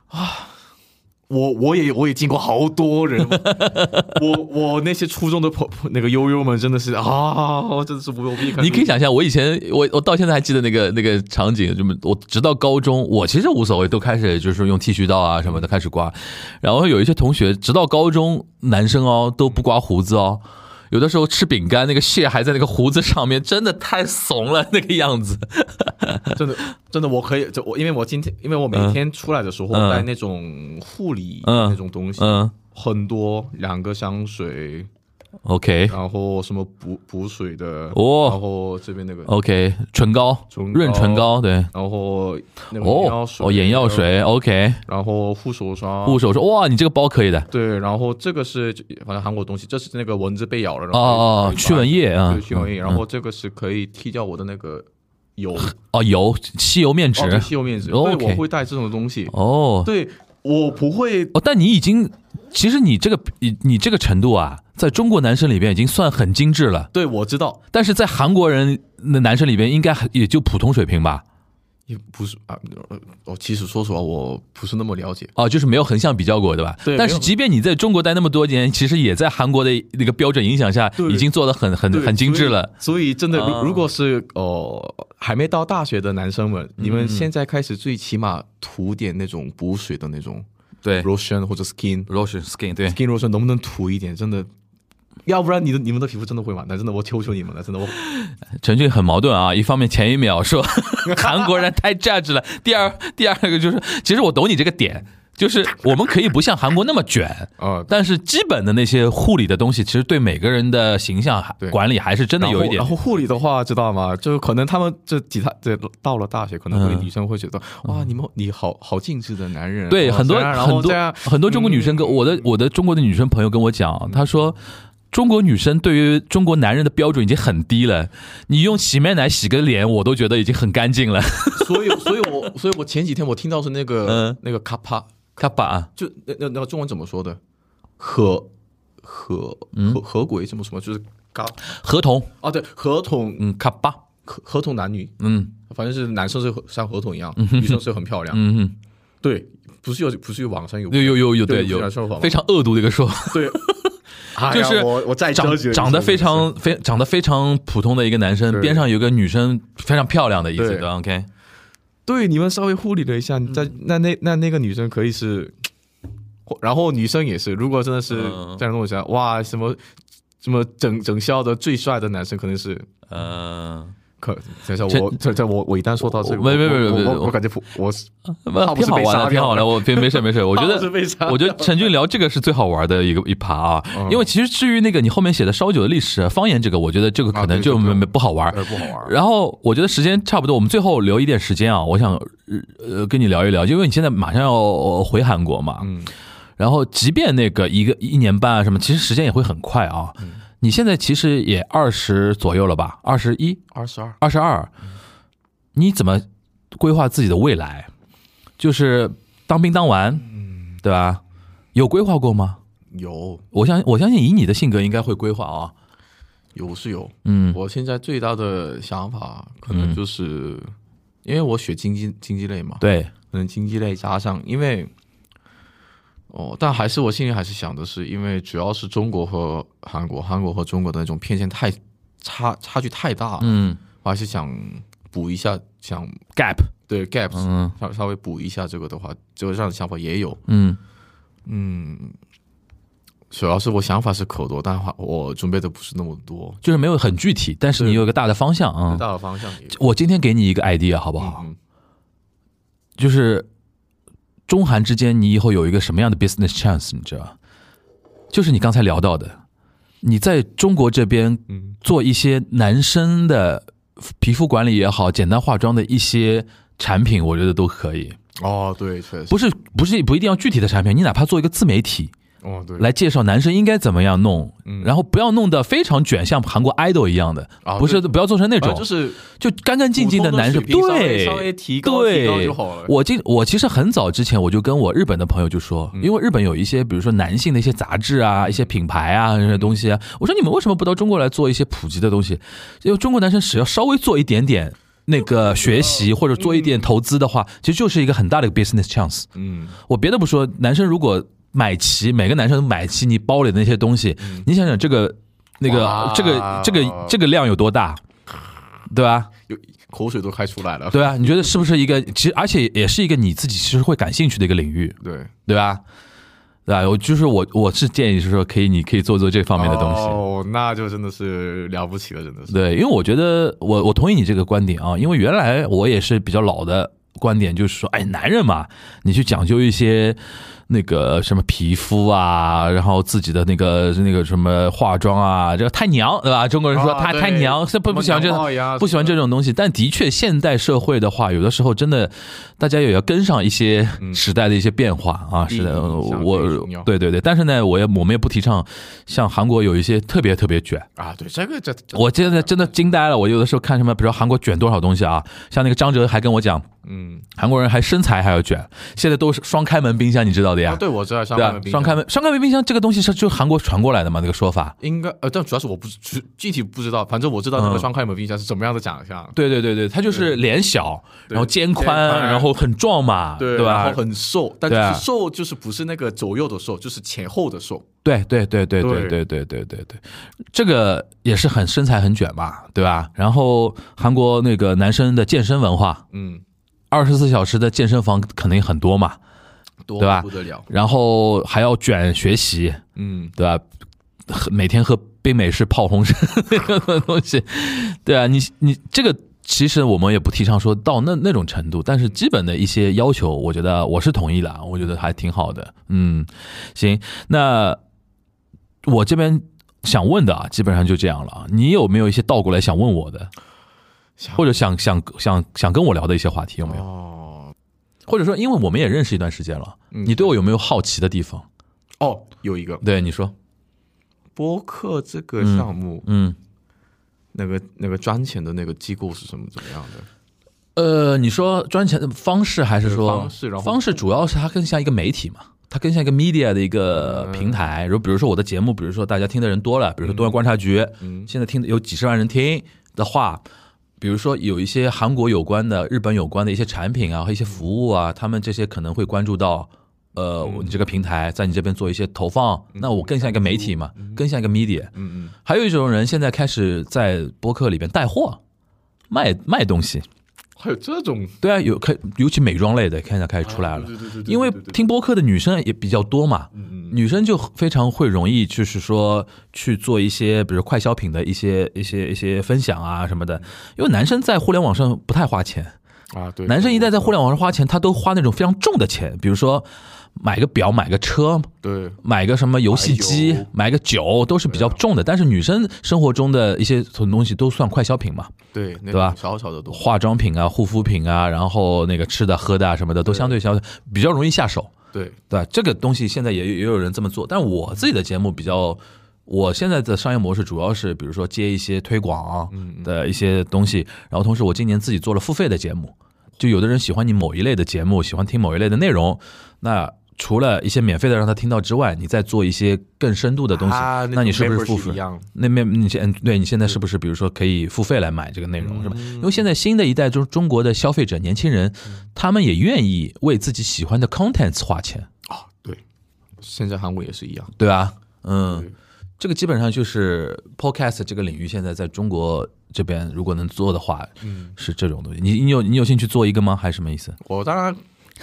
我也见过好多人，我那些初中的那个悠悠们真的是真的是我必看。 你可以想象，我以前我到现在还记得那个场景，就我直到高中，我其实无所谓，都开始就是用剃须刀啊什么的开始刮，然后有一些同学直到高中男生都不刮胡子有的时候吃饼干，那个屑还在那个胡子上面，真的太怂了那个样子。 真的，我可以，因为我每天出来的时候带那种护理那种东西，很多2个香水 ，OK， 然后什么补水的，然后这边那个 OK 唇膏，润唇膏，对， 然后那个眼药水 OK， 然后护手霜， 哇，你这个包可以的， 对，然后这个是反正韩国东西，这是那个蚊子被咬了， 驱蚊液对，驱蚊液，然后这个是可以剔掉我的那个油吸油面纸， 吸油面纸，对，我会带这种东西，对，我不会， 但你已经，其实你这个程度啊，在中国男生里边已经算很精致了， 对，我知道， 但是在韩国人的男生里边应该也就普通水平吧。 也不是其实说实话，我不是那么了解就是没有横向比较过，对吧？ 对。 但是即便你在中国待那么多年，其实也在韩国的那个标准影响下，已经做得很精致了。 所以真的，如果是还没到大学的男生们，你们现在开始最起码涂点那种补水的那种， 对 ，lotion 或者 skin 对 skin lotion 能不能涂一点？真的。要不然你们的皮肤真的会完蛋，真的，我求求你们了，真的。 陈俊很矛盾啊，一方面前一秒说韩国人太 judge 了，第二个就是，其实我懂你这个点， 就是我们可以不像韩国那么卷但是基本的那些护理的东西，其实对每个人的形象管理还是真的有一点。 然后护理的话，知道吗？就可能他们这到了大学，可能女生会觉得哇，你好精致的男人。 对，很多中国女生跟我的中国的女生朋友跟我讲，她说。中国女生对于中国男人的标准已经很低了，你用洗面奶洗个脸，我都觉得已经很干净了。 所以我前几天我听到是那个卡帕，就那个中文怎么说的？合轨怎么说？就是合同啊，对，合同， 卡巴， 合同男女，反正是男生是像合同一样，女生是很漂亮，对，不是有网上有对非常恶毒的一个说法， 对。 就是我再长得非常普通的一个男生，边上有个女生非常漂亮的意思，对 OK？ 对，你们稍微护理了一下，那个女生可以是，然后女生也是，如果真的是这样跟我讲，哇，什么整校的最帅的男生，可能是我一旦说到这个，我感觉挺好玩的，挺好玩的。我没事，我觉得陈俊聊这个是最好玩的一趴啊，因为其实至于那个你后面写的烧酒的历史方言这个，我觉得这个可能就不好玩， 不好玩。 然后我觉得时间差不多，我们最后留一点时间啊，我想跟你聊一聊，因为你现在马上要回韩国嘛，然后即便那个一年半啊什么，其实时间也会很快啊。你现在其实也20左右了吧？21、22，你怎么规划自己的未来？就是当兵当完，对吧？有规划过吗？ 有， 我相信以你的性格应该会规划啊。 有，我现在最大的想法可能就是因为我学经济类嘛， 对， 可能经济类加上因为。但还是我心里还是想的是，因为主要是中国和韩国和中国的那种偏见差距太大了，我还是想补一下，想 gap， 对 gap，稍微补一下这个的话，这样的想法也有，主要是我想法是可多，但我准备的不是那么多， 就是没有很具体，但是你有一个大的方向啊， 大的方向也有。 我今天给你一个 idea 好不好？就是中韩之间，你以后有一个什么样的 business chance？ 你知道，就是你刚才聊到的，你在中国这边做一些男生的皮肤管理也好，简单化妆的一些产品，我觉得都可以。 对，确实不一定要具体的产品，你哪怕做一个自媒体。 对， 来介绍男生应该怎么样弄，然后不要弄得非常卷，像韩国 idol 一样的，不要做成那种，就干干净净的男生，对， 稍微提高就好了。 我其实很早之前我就跟我日本的朋友就说，因为日本有一些比如说男性的一些杂志啊、一些品牌啊这些东西啊，我说你们为什么不到中国来做一些普及的东西？因为中国男生只要稍微做一点点那个学习或者做一点投资的话，其实就是一个很大的 business chance。我别的不说，男生如果买齐，每个男生都买齐你包里的那些东西，你想想这个量有多大，对吧？ 口水都开出来了。 对啊，你觉得是不是一个？其实而且也是一个你自己其实会感兴趣的一个领域，对吧？对吧？我是建议是说，你可以做这方面的东西。 那就真的是了不起了，真的是。 对，因为我觉得我同意你这个观点啊，因为原来我也是比较老的观点，就是说，男人嘛，你去讲究一些。那个什么皮肤啊，然后自己的那个什么化妆啊，这个太娘，对吧？中国人说他太娘，不喜欢这种东西。但的确，现代社会的话，有的时候真的，大家也要跟上一些时代的一些变化啊。是的，对。但是呢，我们也不提倡像韩国有一些特别卷啊。对，这我现在真的惊呆了。我有的时候看什么，比如说韩国卷多少东西啊，像那个张哲还跟我讲。韩国人还身材还要卷，现在都是双开门冰箱，你知道的呀？ 对，我知道双开门冰箱。 双开门冰箱这个东西是就韩国传过来的嘛？这个说法应该但主要是我具体不知道，反正我知道这个双开门冰箱是怎么样的长相。 对，它就是脸小，然后肩宽，然后很壮嘛，对吧？ 然后很瘦，但就是瘦就是不是那个左右的瘦，就是前后的瘦。对， 这个也是很身材很卷嘛，对吧？然后韩国那个男生的健身文化，24小时的健身房肯定很多嘛，对吧？ 不得了。 然后还要卷学习，对吧？每天喝冰美式泡红参那个东西，对啊，你这个其实我们也不提倡说到那种程度，但是基本的一些要求，我觉得我是同意的，我觉得还挺好的。行，那我这边想问的基本上就这样了。你有没有一些倒过来想问我的，或者想跟我聊的一些话题有没有？或者说，因为我们也认识一段时间了，你对我有没有好奇的地方？ 有一个， 对，你说， 播客这个项目，那个赚钱的那个机构是怎么样的？ 你说赚钱的方式还是说方式主要是它更像一个媒体嘛，它更像一个 media 的一个平台。比如说我的节目，比如说大家听的人多了，比如说东亚观察局，现在听有几十万人听的话，比如说有一些韩国有关的、日本有关的一些产品啊和一些服务啊，他们这些可能会关注到你这个平台在你这边做一些投放，那我更像一个媒体嘛，更像一个 media。还有一种人现在开始在播客里边带货，卖东西。 还有这种？ 对啊，尤其美妆类的，现在开始出来了。因为听播客的女生也比较多嘛，女生就非常会容易，就是说去做一些，比如快消品的一些分享啊什么的。因为男生在互联网上不太花钱啊，对， 男生一旦在互联网上花钱，他都花那种非常重的钱，比如说买个表、买个车， 对， 买个什么游戏机、买个酒，都是比较重的。但是女生生活中的一些东西都算快消品嘛， 对吧？ 小小的东西， 化妆品啊、护肤品啊，然后那个吃的喝的啊什么的，都相对比较容易下手， 对吧？这个东西现在也有人这么做，但我自己的节目我现在的商业模式主要是，比如说接一些推广的一些东西，然后同时我今年自己做了付费的节目，就有的人喜欢你某一类的节目，喜欢听某一类的内容，那除了一些免费的让他听到之外，你再做一些更深度的东西，那你是不是付费？你现在是不是比如说可以付费来买这个内容，是吧？因为现在新的一代中国的消费者年轻人，他们也愿意为自己喜欢的 contents 花钱对，现在韩国也是一样， 对吧？这个基本上就是 podcast 这个领域，现在在中国这边如果能做的话，是这种东西。你有兴趣做一个吗？还是什么意思？ 我当然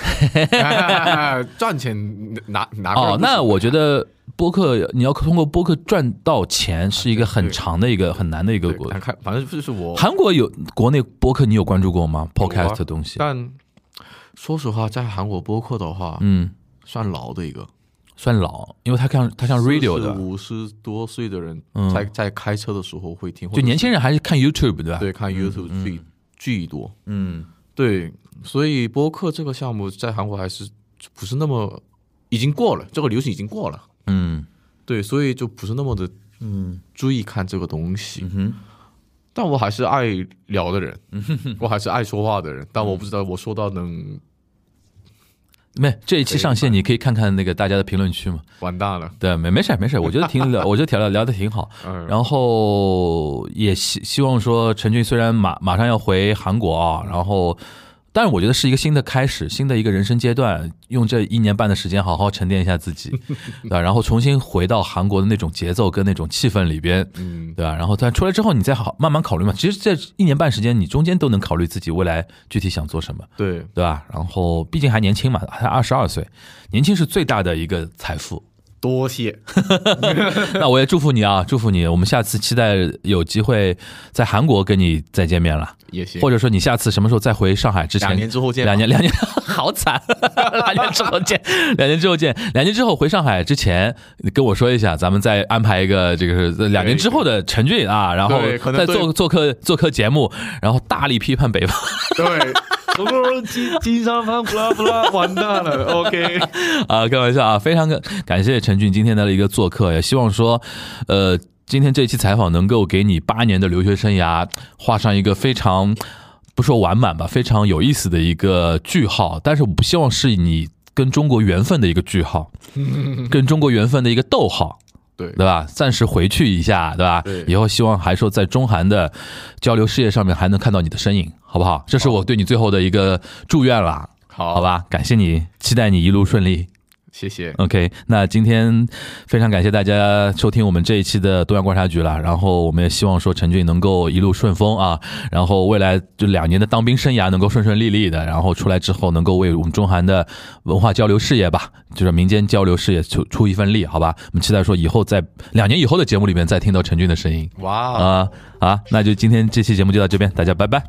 赚钱拿那我觉得播客你要通过播客赚到钱是一个很长的一个很难的一个过程。 反正就是韩国有国内播客，你有关注过吗 ？podcast 的东西？ 但说实话，在韩国播客的话，算老的一个。 算老，因为他像 radio 的 50多岁的人，在开车的时候会听， 就年轻人还是看 YouTube 对吧？ 对，看 YouTube 最多。对，所以播客这个项目在韩国还是不是那么已经过了，这个流行已经过了。对，所以就不是那么的注意看这个东西。但我还是爱聊的人，我还是爱说话的人，但我不知道我说到能。这一期上线，你可以看看那个大家的评论区嘛。 完蛋了， 对，没事，我觉得我觉得聊得挺好。然后也希望说陈俊虽然马上要回韩国啊，然后但是我觉得是一个新的开始，新的一个人生阶段，用这1年半的时间好好沉淀一下自己，对吧？然后重新回到韩国的那种节奏跟那种气氛里边，对吧？然后出来之后，你再慢慢考虑嘛。其实这1年半时间，你中间都能考虑自己未来具体想做什么，对吧？然后毕竟还年轻嘛，才22岁，年轻是最大的一个财富。 多谢， 那我也祝福你啊，祝福你！我们下次期待有机会在韩国跟你再见面了， 也行。 或者说你下次什么时候再回上海之前，2 年之后见。 2年，好惨！2年之后见，2年之后见，2年之后回上海之前，你跟我说一下，咱们再安排一个这个2年之后的陈俊啊，然后再做客节目，然后大力批判北方。 对。金商方不啦，完蛋了。OK 啊，开玩笑啊！非常感谢陈俊今天的一个做客，也希望说，今天这一期采访能够给你8年的留学生涯画上一个非常不说完满吧，非常有意思的一个句号。但是我不希望是你跟中国缘分的一个句号，跟中国缘分的一个逗号。对吧？暂时回去一下，对吧？以后希望还说在中韩的交流事业上面还能看到你的身影，好不好？这是我对你最后的一个祝愿了，好吧？感谢你，期待你一路顺利。 谢谢。 OK， 那今天非常感谢大家收听我们这一期的东亚观察局了。然后我们也希望说陈俊能够一路顺风啊，然后未来就2年的当兵生涯能够顺顺利利的，然后出来之后能够为我们中韩的文化交流事业吧，就是民间交流事业出一份力，好吧？我们期待说以后在2年以后的节目里面再听到陈俊的声音。 哇那就今天这期节目就到这边，大家拜拜。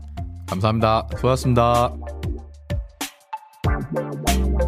감사합니다. 수고하셨습니다.